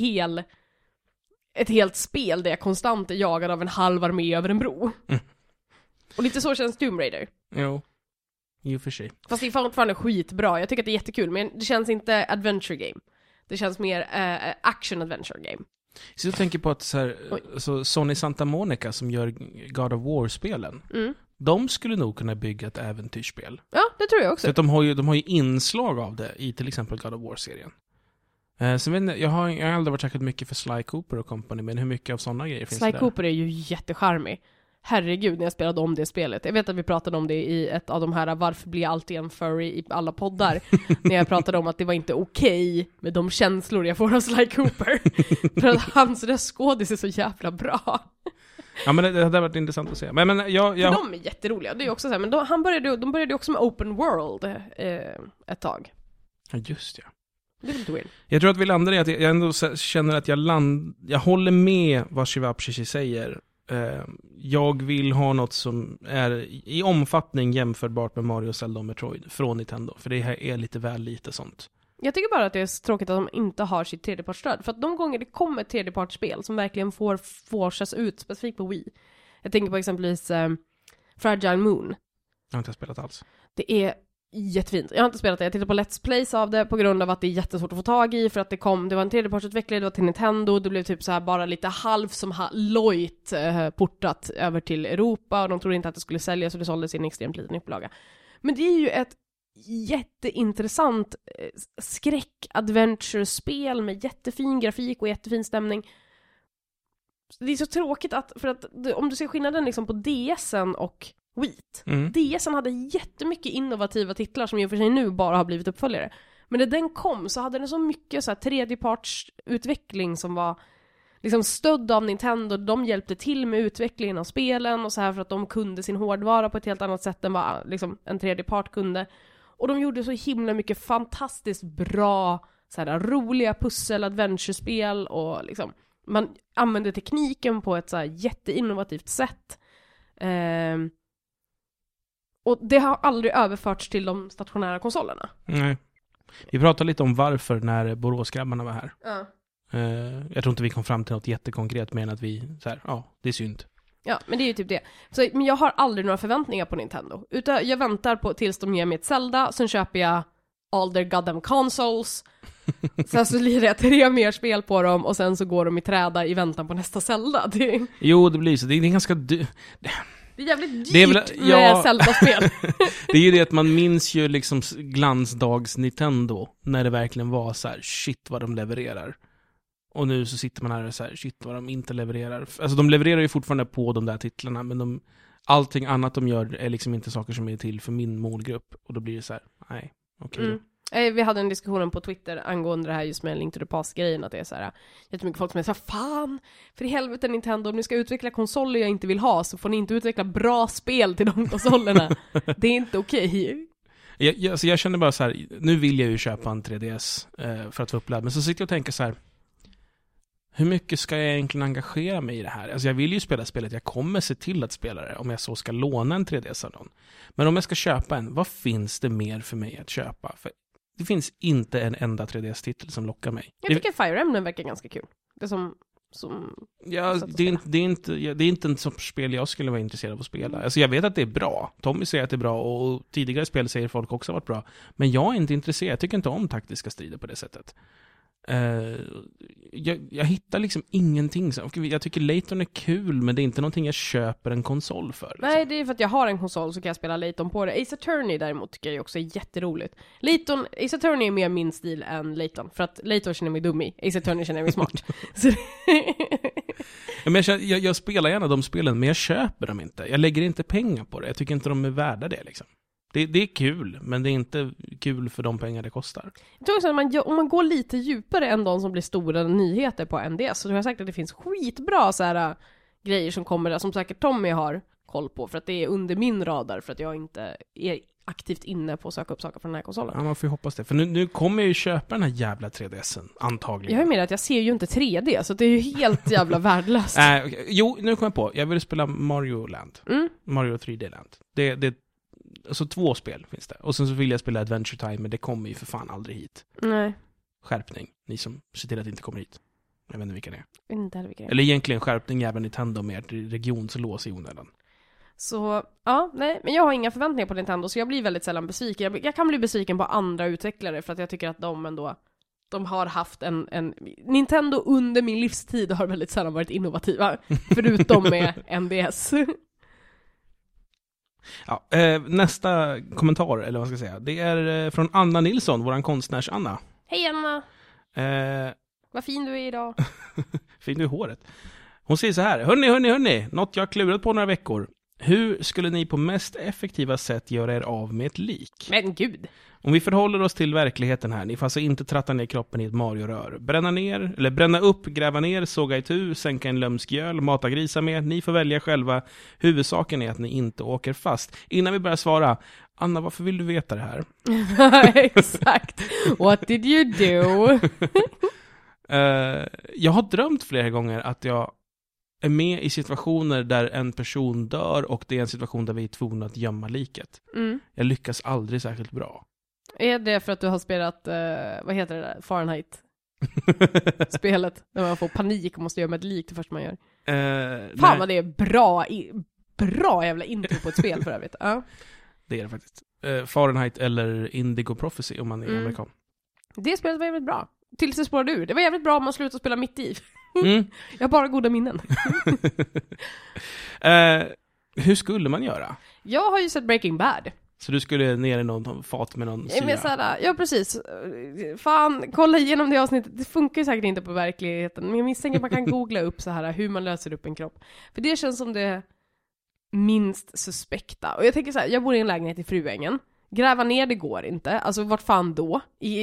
[SPEAKER 2] ett helt spel där jag konstant är jagad av en halv armé över en bro. Och lite så känns Tomb Raider.
[SPEAKER 1] Jo, i och för sig.
[SPEAKER 2] Fast det är fortfarande skitbra. Jag tycker att det är jättekul, men det känns inte adventure game. Det känns mer action-adventure game.
[SPEAKER 1] Så jag tänker på att så Sony Santa Monica som gör God of War-spelen, de skulle nog kunna bygga ett äventyrsspel.
[SPEAKER 2] Ja, det tror jag också.
[SPEAKER 1] Så att de har ju inslag av det i till exempel God of War-serien. Så jag har aldrig varit särskilt mycket för Sly Cooper och company, men hur mycket av sådana grejer finns det där?
[SPEAKER 2] Sly Cooper är ju jättecharmig. Herregud, när jag spelade om det spelet. Jag vet att vi pratade om det i ett av de här varför blir alltid en furry i alla poddar. När jag pratade om att det var inte okej med de känslor jag får av Sly Cooper. För att hans röstskådis är så jävla bra.
[SPEAKER 1] Ja, men det hade varit intressant att se. Men
[SPEAKER 2] de är jätteroliga. Det är också så här, men de började också med open world ett tag.
[SPEAKER 1] Ja, just ja.
[SPEAKER 2] Det är lite weird.
[SPEAKER 1] Jag tror att vi landar i att jag ändå känner att jag håller med vad Shivapchichi säger. Jag vill ha något som är i omfattning jämförbart med Mario, Zelda och Metroid från Nintendo. För det här är lite väl lite sånt. Jag
[SPEAKER 2] tycker bara att det är tråkigt att de inte har sitt tredjepartsstöd. För att de gånger det kommer ett tredjepartsspel som verkligen får forsas ut, specifikt på Wii. Jag tänker på exempelvis Fragile Moon.
[SPEAKER 1] Jag har inte spelat alls.
[SPEAKER 2] Det är jättefint. Jag har inte spelat det. Jag tittar på Let's Plays av det på grund av att det är jättesvårt att få tag i, för att det var en tredjepartsutvecklare, det var till Nintendo, det blev typ så här bara lite halv som lojt portat över till Europa, och de trodde inte att det skulle säljas, så det såldes i en extremt liten upplaga. Men det är ju ett jätteintressant skräck-adventure-spel med jättefin grafik och jättefin stämning. Det är så tråkigt för att om du ser skillnaden liksom på DS:en och Wheat. DS:en hade jättemycket innovativa titlar som ju för sig nu bara har blivit uppföljare. Men när den kom så hade den så mycket så här tredjepartsutveckling som var liksom stödd av Nintendo. De hjälpte till med utvecklingen av spelen och så här, för att de kunde sin hårdvara på ett helt annat sätt än vad liksom en tredjepart kunde. Och de gjorde så himla mycket fantastiskt bra så här roliga pussel-adventure-spel, och liksom man använde tekniken på ett så här jätteinnovativt sätt. Och det har aldrig överförts till de stationära konsolerna.
[SPEAKER 1] Nej. Vi pratade lite om varför när Boråsgrabbarna var här.
[SPEAKER 2] Ja.
[SPEAKER 1] Jag tror inte vi kom fram till något jättekonkret, men att vi så här, det är synd.
[SPEAKER 2] Ja, men det är ju typ det. Men jag har aldrig några förväntningar på Nintendo. Utan jag väntar tills de ger mig ett Zelda, sen köper jag all their goddamn consoles. Sen så lirar jag 3 mer spel på dem, och sen så går de i träda i väntan på nästa Zelda.
[SPEAKER 1] Jo, det blir så. Det är ganska
[SPEAKER 2] det är jävligt dyrt med Zelda-spel.
[SPEAKER 1] Det är ju det att man minns ju liksom glansdags Nintendo när det verkligen var så här, shit vad de levererar. Och nu så sitter man här och så här, shit vad de inte levererar. Alltså de levererar ju fortfarande på de där titlarna, men allting annat de gör är liksom inte saker som är till för min målgrupp. Och då blir det så här, nej, okej då.
[SPEAKER 2] Vi hade en diskussion på Twitter angående det här just med Link to the Past-grejen, att det är så här jättemycket folk som är så här, fan, för i helvete Nintendo, om ni ska utveckla konsoler jag inte vill ha, så får ni inte utveckla bra spel till de konsolerna. Det är inte okej.
[SPEAKER 1] Jag känner bara så här, nu vill jag ju köpa en 3DS för att få uppladd, men så sitter jag och tänker så här, hur mycket ska jag egentligen engagera mig i det här? Alltså jag vill ju spela spelet, jag kommer se till att spela det om jag så ska låna en 3DS av någon. Men om jag ska köpa en, vad finns det mer för mig att köpa? För det finns inte en enda 3DS-titel som lockar mig.
[SPEAKER 2] Jag tycker Fire Emblem verkar ganska kul. Det som
[SPEAKER 1] ja, det är inte en sorts spel jag skulle vara intresserad av att spela. Alltså jag vet att det är bra. Tommy säger att det är bra, och tidigare spel säger folk också har varit bra. Men jag är inte intresserad. Jag tycker inte om taktiska strider på det sättet. Jag hittar liksom ingenting. Jag tycker Layton är kul, men det är inte någonting jag köper en konsol för. Liksom.
[SPEAKER 2] Nej, det är för att jag har en konsol så kan jag spela Layton på det. Ace Attorney däremot tycker jag också är jätteroligt. Ace Attorney är mer min stil än Layton. För att Layton känner mig dum i. Ace Attorney känner mig smart.
[SPEAKER 1] Men jag spelar gärna de spelen, men jag köper dem inte. Jag lägger inte pengar på det. Jag tycker inte de är värda det liksom. Det är kul, men det är inte kul för de pengar det kostar.
[SPEAKER 2] Jag tror också att om man går lite djupare än de som blir stora nyheter på NDS, så tror jag säkert att det finns skitbra så här, grejer som kommer där, som säkert Tommy har koll på, för att det är under min radar, för att jag inte är aktivt inne på att söka upp saker från den här konsolen.
[SPEAKER 1] Ja, man får ju hoppas det. För nu kommer jag ju köpa den här jävla 3DSen, antagligen.
[SPEAKER 2] Jag är med att jag ser ju inte 3D, så det är ju helt jävla värdelöst.
[SPEAKER 1] Okay. Jo, nu kommer jag på. Jag vill spela Mario Land. Mario 3D Land. Det alltså 2 spel finns det. Och sen så vill jag spela Adventure Time, men det kommer ju för fan aldrig hit.
[SPEAKER 2] Nej.
[SPEAKER 1] Skärpning. Ni som ser till att det inte kommer hit. Jag vet inte vilka det är.
[SPEAKER 2] Inte vilka det är.
[SPEAKER 1] Eller egentligen skärpning även Nintendo med regionslås i onödan.
[SPEAKER 2] Så, ja, nej. Men jag har inga förväntningar på Nintendo, så jag blir väldigt sällan besviken. Jag kan bli besviken på andra utvecklare, för att jag tycker att de har haft en Nintendo under min livstid har väldigt sällan varit innovativa. Förutom med NDS.
[SPEAKER 1] Ja, nästa kommentar, eller vad ska jag säga, det är från Anna Nilsson, våran konstnärs-Anna.
[SPEAKER 2] Hej Anna! Vad fin du är idag.
[SPEAKER 1] Fin du i håret. Hon säger så här: Hörni, något jag har klurat på några veckor. Hur skulle ni på mest effektiva sätt göra er av med ett lik?
[SPEAKER 2] Men gud!
[SPEAKER 1] Om vi förhåller oss till verkligheten här, ni får alltså inte tratta ner kroppen i ett Mario-rör. Bränna upp, gräva ner, såga itu, sänka en lömsk göl, mata grisar med. Ni får välja själva. Huvudsaken är att ni inte åker fast. Innan vi börjar svara, Anna, varför vill du veta det här?
[SPEAKER 2] Exakt. What did you do?
[SPEAKER 1] Jag har drömt flera gånger att jag är med i situationer där en person dör och det är en situation där vi är tvungna att gömma liket. Jag lyckas aldrig särskilt bra.
[SPEAKER 2] Är det för att du har spelat, vad heter det där, Fahrenheit? Spelet, när man får panik och måste gömma ett lik det första man gör. Fan vad det är bra jävla intro på ett spel för övrigt. Ja.
[SPEAKER 1] Det är det faktiskt. Fahrenheit eller Indigo Prophecy om man är amerikan.
[SPEAKER 2] Det spelet var jävligt bra. Tills det spårade ur. Det var jävligt bra om man slutade spela mitt i. Jag har bara goda minnen.
[SPEAKER 1] Hur skulle man göra?
[SPEAKER 2] Jag har ju sett Breaking Bad.
[SPEAKER 1] Så du skulle ner i någon fat med någon syra?
[SPEAKER 2] Ja, precis. Fan, kolla igenom det avsnittet. Det funkar ju säkert inte på verkligheten. Men jag misstänker att man kan googla upp så här hur man löser upp en kropp. För det känns som det minst suspekta. Och jag tänker så här, jag bor i en lägenhet i Fruängen. Gräva ner det går inte. Alltså vart fan då?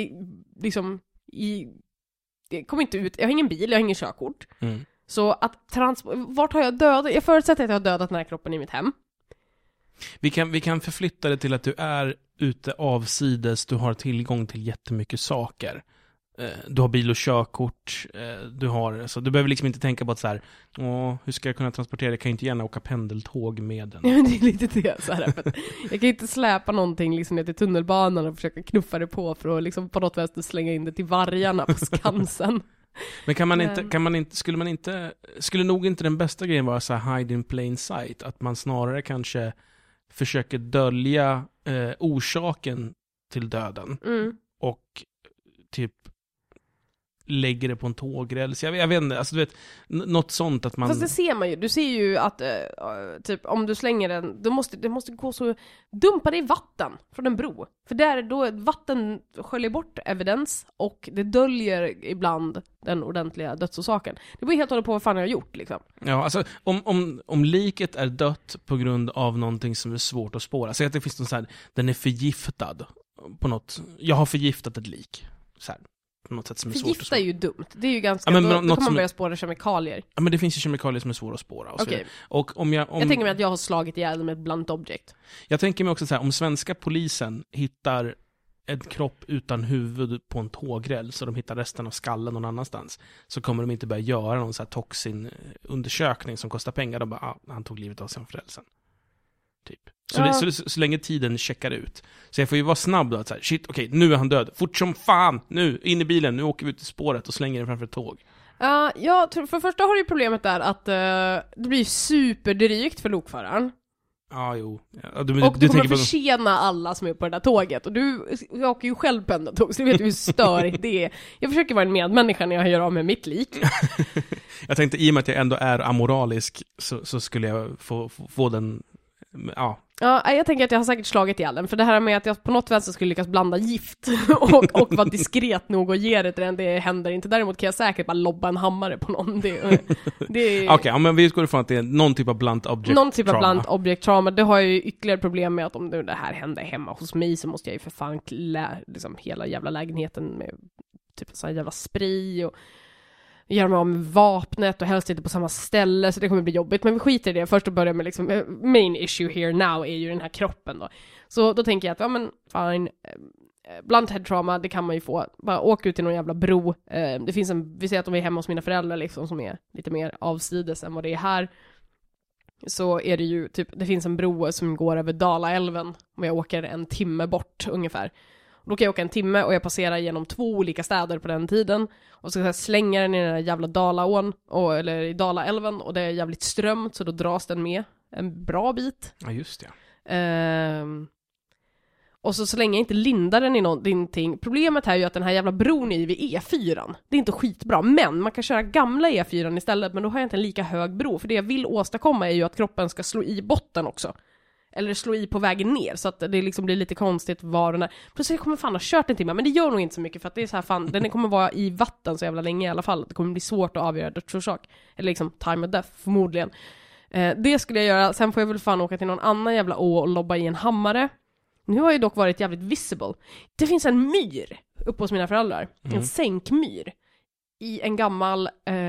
[SPEAKER 2] Jag kommer inte ut. Jag har ingen bil, jag har ingen körkort. Så att vart har jag dödat? Jag förutsätter att jag har dödat den här kroppen i mitt hem.
[SPEAKER 1] Vi kan förflytta det till att du är ute avsides, du har tillgång till jättemycket saker. Du har bil och körkort, du behöver liksom inte tänka på att så här, hur ska jag kunna transportera det? Jag kan inte gärna åka pendeltåg med den.
[SPEAKER 2] Ja, det är lite det så här, för jag kan inte släpa någonting liksom ner till tunnelbanan och försöka knuffa det på för att liksom på något vänster slänga in det till vargarna på Skansen.
[SPEAKER 1] Men skulle nog inte den bästa grejen vara så här hide in plain sight, att man snarare kanske försöker dölja orsaken till döden och typ lägger det på en tågräls. Jag vet inte, alltså du vet, något sånt att man...
[SPEAKER 2] Fast det ser man ju. Du ser ju att typ om du slänger den, det måste gå så, dumpa det i vatten från en bro. För då vatten sköljer bort evidens och det döljer ibland den ordentliga dödsorsaken. Det beror helt och hållet på vad fan jag har gjort liksom.
[SPEAKER 1] Ja, alltså om liket är dött på grund av någonting som är svårt att spåra. Säg att det finns någon så här, den är förgiftad på något. Jag har förgiftat ett lik. Så här. På något sätt som är svårt att spåra.
[SPEAKER 2] Förgifta är ju dumt. Det är ju ganska...
[SPEAKER 1] Ja,
[SPEAKER 2] då kan man börja spåra kemikalier.
[SPEAKER 1] Ja, men det finns ju kemikalier som är svåra att spåra.
[SPEAKER 2] Okej.
[SPEAKER 1] Och jag
[SPEAKER 2] tänker mig att jag har slagit ihjäl med ett blunt object.
[SPEAKER 1] Jag tänker mig också så här, om svenska polisen hittar en kropp utan huvud på en tågräls så de hittar resten av skallen någon annanstans, så kommer de inte börja göra någon så här toxinundersökning som kostar pengar. De bara, han tog livet av sig från rälsen. Typ. Så länge tiden checkar ut. Så jag får ju vara snabb då att så här, shit, okej, nu är han död. Fort som fan, nu, in i bilen, nu åker vi ut i spåret och slänger den framför ett tåg.
[SPEAKER 2] Jag tror, för första har du ju problemet där att det blir superdrygt för lokföraren.
[SPEAKER 1] Ja, jo. Ja,
[SPEAKER 2] och du kommer försena alla som är på det där tåget. Och du åker ju själv på en tåg, så du vet hur störigt det är. Jag försöker vara en medmänniska när jag gör av med mitt lik.
[SPEAKER 1] Jag tänkte, i och med att jag ändå är amoralisk, så skulle jag få den...
[SPEAKER 2] Ja, jag tänker att jag har säkert slagit ihjäl den. För det här med att jag på något vänster skulle lyckas blanda gift och vara diskret nog och ge det till den, det händer inte. Däremot kan jag säkert bara lobba en hammare på någon.
[SPEAKER 1] Okej, men vi utgår ifrån att det är någon typ av blunt object trauma.
[SPEAKER 2] Någon typ av blunt object trauma. Det har jag ju ytterligare problem med, att om det här händer hemma hos mig så måste jag ju för fan liksom hela jävla lägenheten med typ sån här jävla spray och göra mig av med vapnet och helst inte på samma ställe, så det kommer bli jobbigt. Men vi skiter i det. Först och börjar med liksom, main issue here now är ju den här kroppen då. Så då tänker jag att, ja men fine, blunt head trauma, det kan man ju få. Bara åka ut till någon jävla bro. Det finns vi säger att de är hemma hos mina föräldrar liksom, som är lite mer avsides än vad det är här. Så är det ju typ, det finns en bro som går över Dalaälven, om jag åker 1 timme bort ungefär. Då kan jag åka 1 timme och jag passerar genom 2 olika städer på den tiden. Och så slänger den i den där jävla Dalaån, eller i Dalaälven, och det är jävligt strömt, så då dras den med en bra bit.
[SPEAKER 1] Ja, just det.
[SPEAKER 2] Och så länge jag inte lindar den i någonting. Problemet här är ju att den här jävla bron är vid E4. Det är inte skitbra, men man kan köra gamla E4 istället, men då har jag inte en lika hög bro. För det jag vill åstadkomma är ju att kroppen ska slå i botten också. Eller slå i på vägen ner, så att det liksom blir lite konstigt var den är. Plus jag kommer fan ha kört en timme, men det gör nog inte så mycket, för att det är så här fan, den kommer vara i vatten så jävla länge i alla fall. Det kommer bli svårt att avgöra dödsorsak. Eller liksom time of death, förmodligen. Det skulle jag göra. Sen får jag väl fan åka till någon annan jävla å och lobba i en hammare. Nu har jag dock varit jävligt visible. Det finns en myr uppe hos mina föräldrar. En sänkmyr. I en gammal...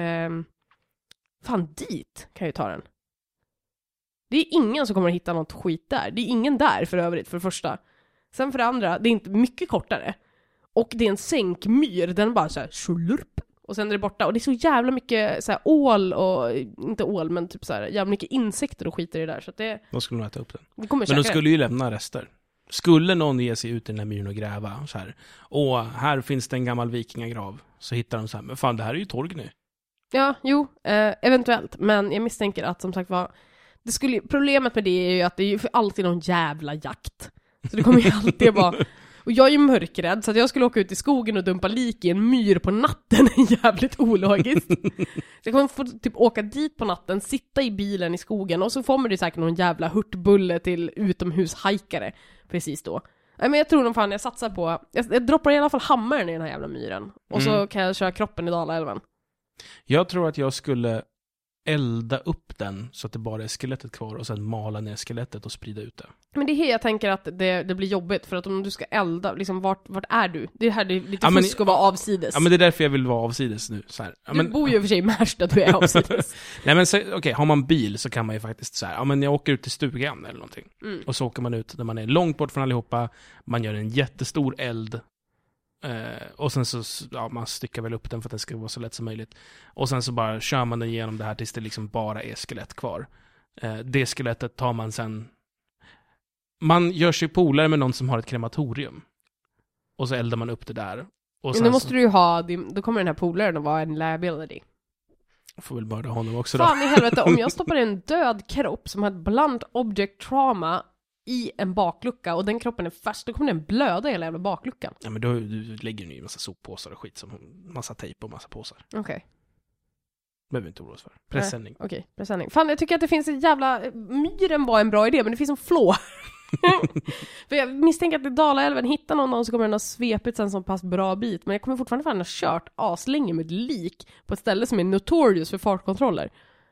[SPEAKER 2] fan, dit kan jag ju ta den. Det är ingen som kommer att hitta något skit där. Det är ingen där för övrigt, för det första. Sen för det andra, det är inte mycket kortare. Och det är en sänkmyr. Den bara så här slurp. Och sen är det borta. Och det är så jävla mycket så här ål och... Inte ål, men typ så här jävla mycket insekter och skiter i det där. Så att det...
[SPEAKER 1] Då skulle de äta upp den.
[SPEAKER 2] Men
[SPEAKER 1] de skulle ju lämna rester. Skulle någon ge sig ut i den här myren och gräva så här. Och här finns det en gammal vikingagrav. Så hittar de så här, men fan, det här är ju torg nu.
[SPEAKER 2] Ja, jo, eventuellt. Men jag misstänker att, som sagt var... Problemet med det är ju att det är ju för alltid någon jävla jakt. Så det kommer ju alltid vara... Och jag är ju mörkrädd, så att jag skulle åka ut i skogen och dumpa lik i en myr på natten är jävligt ologiskt. Så jag kommer få typ åka dit på natten, sitta i bilen i skogen, och så får det säkert någon jävla hurtbulle till utomhushajkare precis då. Nej, men jag tror nog fan jag satsar på... Jag droppar i alla fall hammaren i den här jävla myren. Och så kan jag köra kroppen i Dalaälven.
[SPEAKER 1] Jag tror att jag skulle elda upp den så att det bara är skelettet kvar och sen mala ner skelettet och sprida ut det. Men
[SPEAKER 2] det är här jag tänker att det blir jobbigt, för att om du ska elda, liksom vart är du? Det här är lite fusk att vara avsides.
[SPEAKER 1] Ja, men det är därför jag vill vara avsides nu. Så här. Ja,
[SPEAKER 2] du bor ju i och för sig i Märsta, du är avsides.
[SPEAKER 1] Nej, men okej, har man bil så kan man ju faktiskt så här, ja men jag åker ut till stugan eller någonting. Och så åker man ut när man är långt bort från allihopa, man gör en jättestor eld. Och sen så, man styckar väl upp den för att det ska vara så lätt som möjligt. Och sen så bara kör man den igenom det här tills det liksom bara är skelett kvar. Det skelettet tar man sen... Man gör sig polare med någon som har ett krematorium. Och så eldar man upp det där. Och sen
[SPEAKER 2] nu måste du ju ha... Då kommer den här polaren att vara en liability.
[SPEAKER 1] Jag får väl mörda honom också då.
[SPEAKER 2] Fan i helvete, om jag stoppar en död kropp som har ett blunt object trauma i en baklucka och den kroppen är fast, då kommer den blöda hela jävla bakluckan.
[SPEAKER 1] Ja, men då du lägger ju en massa soppåsar och skit, som massa tejp och massa påsar.
[SPEAKER 2] Okej.
[SPEAKER 1] Behöver inte oroa oss för. Pressändning.
[SPEAKER 2] Okej, pressändning. Fan, jag tycker att det finns en jävla... Myren var en bra idé, men det finns en flå. För jag misstänker att i Dalaälven hittar någon så kommer den ha svepit sen som pass bra bit. Men jag kommer fortfarande fan ha kört aslänge med lik på ett ställe som är notorious för fartkontroller.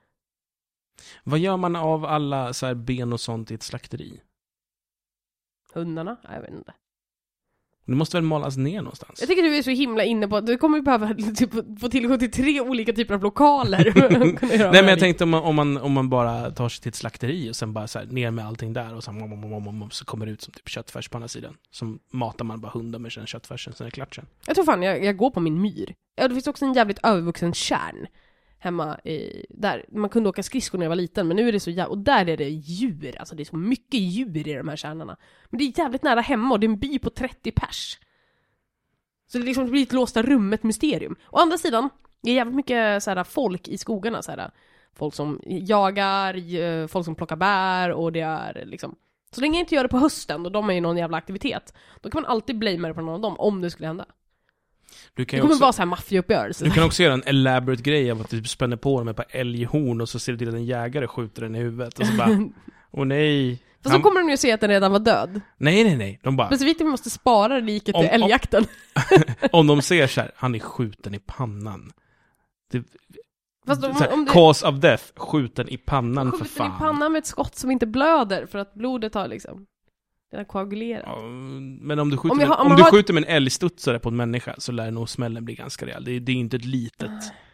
[SPEAKER 1] Vad gör man av alla så här ben och sånt i ett slakteri?
[SPEAKER 2] Hundarna? Jag vet inte.
[SPEAKER 1] Det måste väl malas ner någonstans?
[SPEAKER 2] Jag tycker du är så himla inne på att du kommer behöva typ, få tillgång till 3 olika typer av lokaler.
[SPEAKER 1] Nej, men jag tänkte om man bara tar sig till ett slakteri och sen bara så här, ner med allting där och så kommer det ut som typ köttfärs på andra sidan. Så matar man bara hundar med den köttfärsen, sen är det klart sen. Jag
[SPEAKER 2] tror fan jag går på min myr. Ja, det finns också en jävligt övervuxen kärn hemma där. Man kunde åka skridskor när jag var liten, men nu är det så jävla... Och där är det djur, alltså det är så mycket djur i de här kärnorna. Men det är jävligt nära hemma och det är en by på 30 pers. Så det liksom blir ett låsta rummet mysterium. Å andra sidan, det är jävligt mycket så här folk i skogarna så här. folk som jagar, folk som plockar bär, och det är liksom... Så länge jag inte gör det på hösten, och de är ju någon jävla aktivitet, då kan man alltid blamea det på någon av dem, om det skulle hända.
[SPEAKER 1] Det
[SPEAKER 2] kommer också vara så här maffiauppgörelse.
[SPEAKER 1] Du kan också göra en elaborate grej av att du spänner på dem med ett par älghorn, och så ser du till att en jägare skjuter den i huvudet, och så bara, åh nej.
[SPEAKER 2] Fast så kommer de ju se att den redan var död.
[SPEAKER 1] Nej. De bara...
[SPEAKER 2] Specifikt vi måste spara liket till älgjakten.
[SPEAKER 1] Om de ser så här, han är skjuten i pannan.
[SPEAKER 2] Fast
[SPEAKER 1] cause of death, skjuten i pannan för fan.
[SPEAKER 2] Skjuten i pannan med ett skott som inte blöder, för att blodet har liksom... Den har koagulerat. Ja,
[SPEAKER 1] men om du skjuter, skjuter med en älgstudsare på en människa, så lär nog smällen bli ganska rejäl. Det är inte ett litet...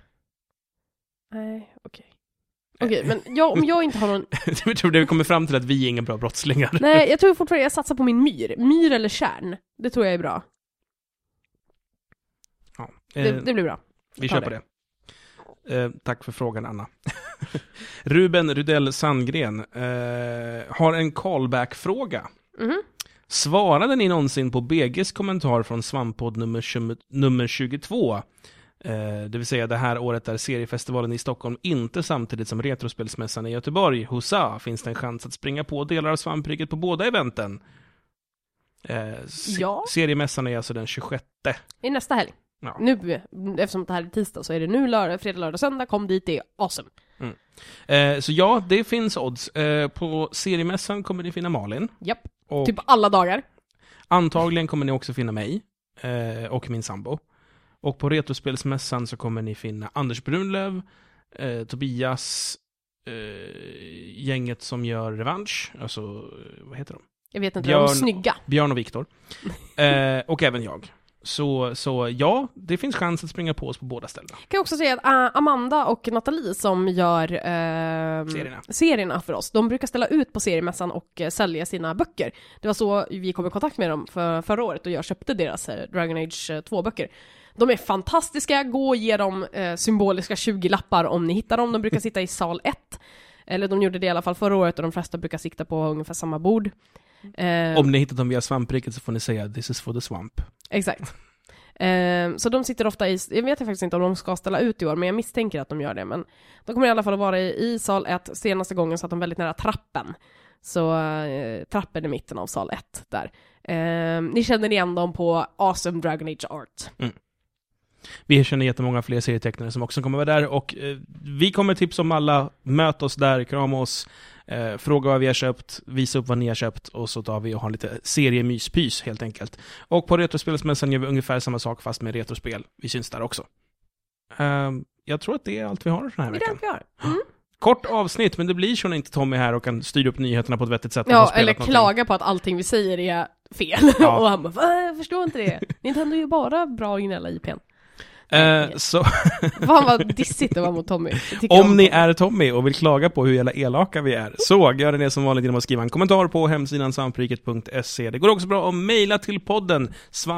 [SPEAKER 2] Nej, okej. Okej, men om jag inte har någon...
[SPEAKER 1] Jag tror det kommer fram till att vi är inga bra brottslingar.
[SPEAKER 2] Nej, jag tror fortfarande jag satsar på min myr. Myr eller kärn. Det tror jag är bra.
[SPEAKER 1] Ja,
[SPEAKER 2] det blir bra.
[SPEAKER 1] Vi kör på det. Tack för frågan, Anna. Ruben Rudell Sandgren har en callback-fråga. Svarade ni någonsin på BGs kommentar från Svamppodd nummer 22? Det vill säga det här året där seriefestivalen i Stockholm inte samtidigt som Retrospelsmässan i Göteborg. Hossa, finns det en chans att springa på delar av Svampriket på båda eventen?
[SPEAKER 2] Ja.
[SPEAKER 1] Seriemässan är alltså den 26.
[SPEAKER 2] I nästa helg.
[SPEAKER 1] Ja.
[SPEAKER 2] Nu, eftersom det här är tisdag, så är det nu fredag, lördag, söndag. Kom dit, det är awesome.
[SPEAKER 1] Så ja, det finns odds. På seriemässan kommer ni finna Malin.
[SPEAKER 2] Japp, typ alla dagar.
[SPEAKER 1] Antagligen kommer ni också finna mig och min sambo. Och på Retrospelsmässan så kommer ni finna Anders Brunlöv, Tobias, gänget som gör Revansch. Alltså, vad heter de?
[SPEAKER 2] Jag vet inte, de är snygga.
[SPEAKER 1] Björn och Viktor. Och även jag. Så ja, det finns chans att springa på oss på båda ställena.
[SPEAKER 2] Jag kan också säga att Amanda och Nathalie som gör serierna för oss, de brukar ställa ut på seriemässan och sälja sina böcker. Det var så vi kom i kontakt med dem förra året, och jag köpte deras Dragon Age 2-böcker. De är fantastiska, gå och ge dem symboliska 20-lappar om ni hittar dem. De brukar sitta i sal 1. Eller de gjorde det i alla fall förra året, och de flesta brukar sitta på ungefär samma bord.
[SPEAKER 1] Om ni hittat dem via Svampriket så får ni säga this is for the swamp.
[SPEAKER 2] Exakt. Så de sitter ofta i... Jag vet faktiskt inte om de ska ställa ut i år, men jag misstänker att de gör det. Men de kommer i alla fall att vara i sal 1. Senaste gången så att de väldigt nära trappen. Så trappen i mitten av sal 1 där. Ni känner igen dem på Awesome Dragon Age Art.
[SPEAKER 1] Vi känner jättemånga fler serietecknare som också kommer vara där. Och vi kommer tipsa om alla. Möt oss där, krama oss. Fråga vad vi har köpt, visa upp vad ni har köpt, och så tar vi och har lite seriemyspys helt enkelt. Och på Retrospelsmässan gör vi ungefär samma sak fast med retrospel. Vi syns där också. Jag tror att det är allt vi har den här veckan.
[SPEAKER 2] Det är allt vi har.
[SPEAKER 1] Kort avsnitt, men det blir så när inte Tommy är här och kan styra upp nyheterna på ett vettigt sätt.
[SPEAKER 2] Ja, eller klaga på att allting vi säger är fel. Ja. Och han bara, jag förstår inte det. Nintendo är ju bara bra originella IPn.
[SPEAKER 1] Så
[SPEAKER 2] Fan vad dissigt det var mot Tommy.
[SPEAKER 1] Om ni är Tommy och vill klaga på hur jävla elaka vi är, så gör det som vanligt genom att skriva en kommentar på hemsidan svampriket.se. Det går också bra att mejla till podden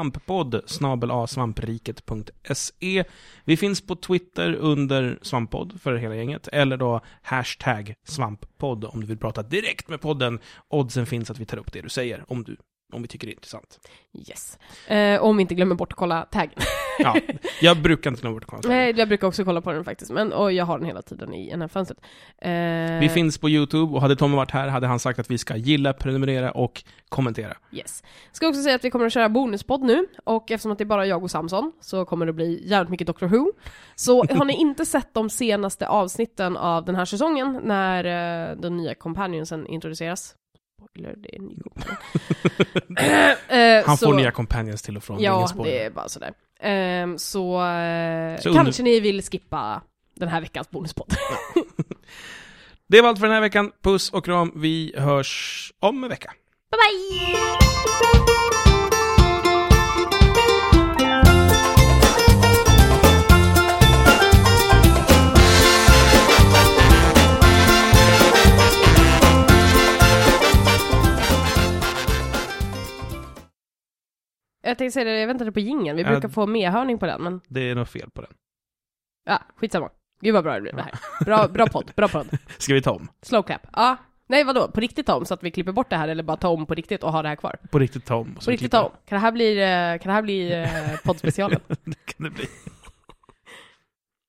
[SPEAKER 1] svamppodd@svampriket.se. Vi finns på Twitter under svamppodd för hela gänget, eller då #svamppodd om du vill prata direkt med podden. Oddsen finns att vi tar upp det du säger om vi tycker det är intressant.
[SPEAKER 2] Yes. Om vi inte glömmer bort att kolla taggen.
[SPEAKER 1] Ja, jag brukar inte glömma bort att kolla taggen.
[SPEAKER 2] Nej, jag brukar också kolla på den faktiskt. Och jag har den hela tiden i NF-fönstret.
[SPEAKER 1] Vi finns på YouTube, och hade Tommy varit här hade han sagt att vi ska gilla, prenumerera och kommentera.
[SPEAKER 2] Yes. Ska också säga att vi kommer att köra bonuspodd nu. Och eftersom att det är bara jag och Samson så kommer det bli jävligt mycket Doctor Who. Så har ni inte sett de senaste avsnitten av den här säsongen när den nya companionsen introduceras? Eller det är en ny
[SPEAKER 1] Han får nya companions till och från.
[SPEAKER 2] Ja, det är bara sådär. Så kanske ni vill skippa den här veckans bonuspodd.
[SPEAKER 1] Ja. Det var allt för den här veckan. Puss och kram. Vi hörs om en vecka.
[SPEAKER 2] Bye bye! Jag tänkte säga det, jag väntade på jingeln. Vi brukar få medhörning på den, men...
[SPEAKER 1] Det är nog fel på den.
[SPEAKER 2] Ja, skitsamma. Gud vad bra det blev det här. Bra podd.
[SPEAKER 1] Ska vi ta om?
[SPEAKER 2] Slow clap. Ja. Nej, vadå? På riktigt ta om så att vi klipper bort det här, eller bara ta om på riktigt och ha det här kvar?
[SPEAKER 1] På riktigt ta om.
[SPEAKER 2] På riktigt ta om. Kan det här bli poddspecialen?
[SPEAKER 1] Det kan det bli.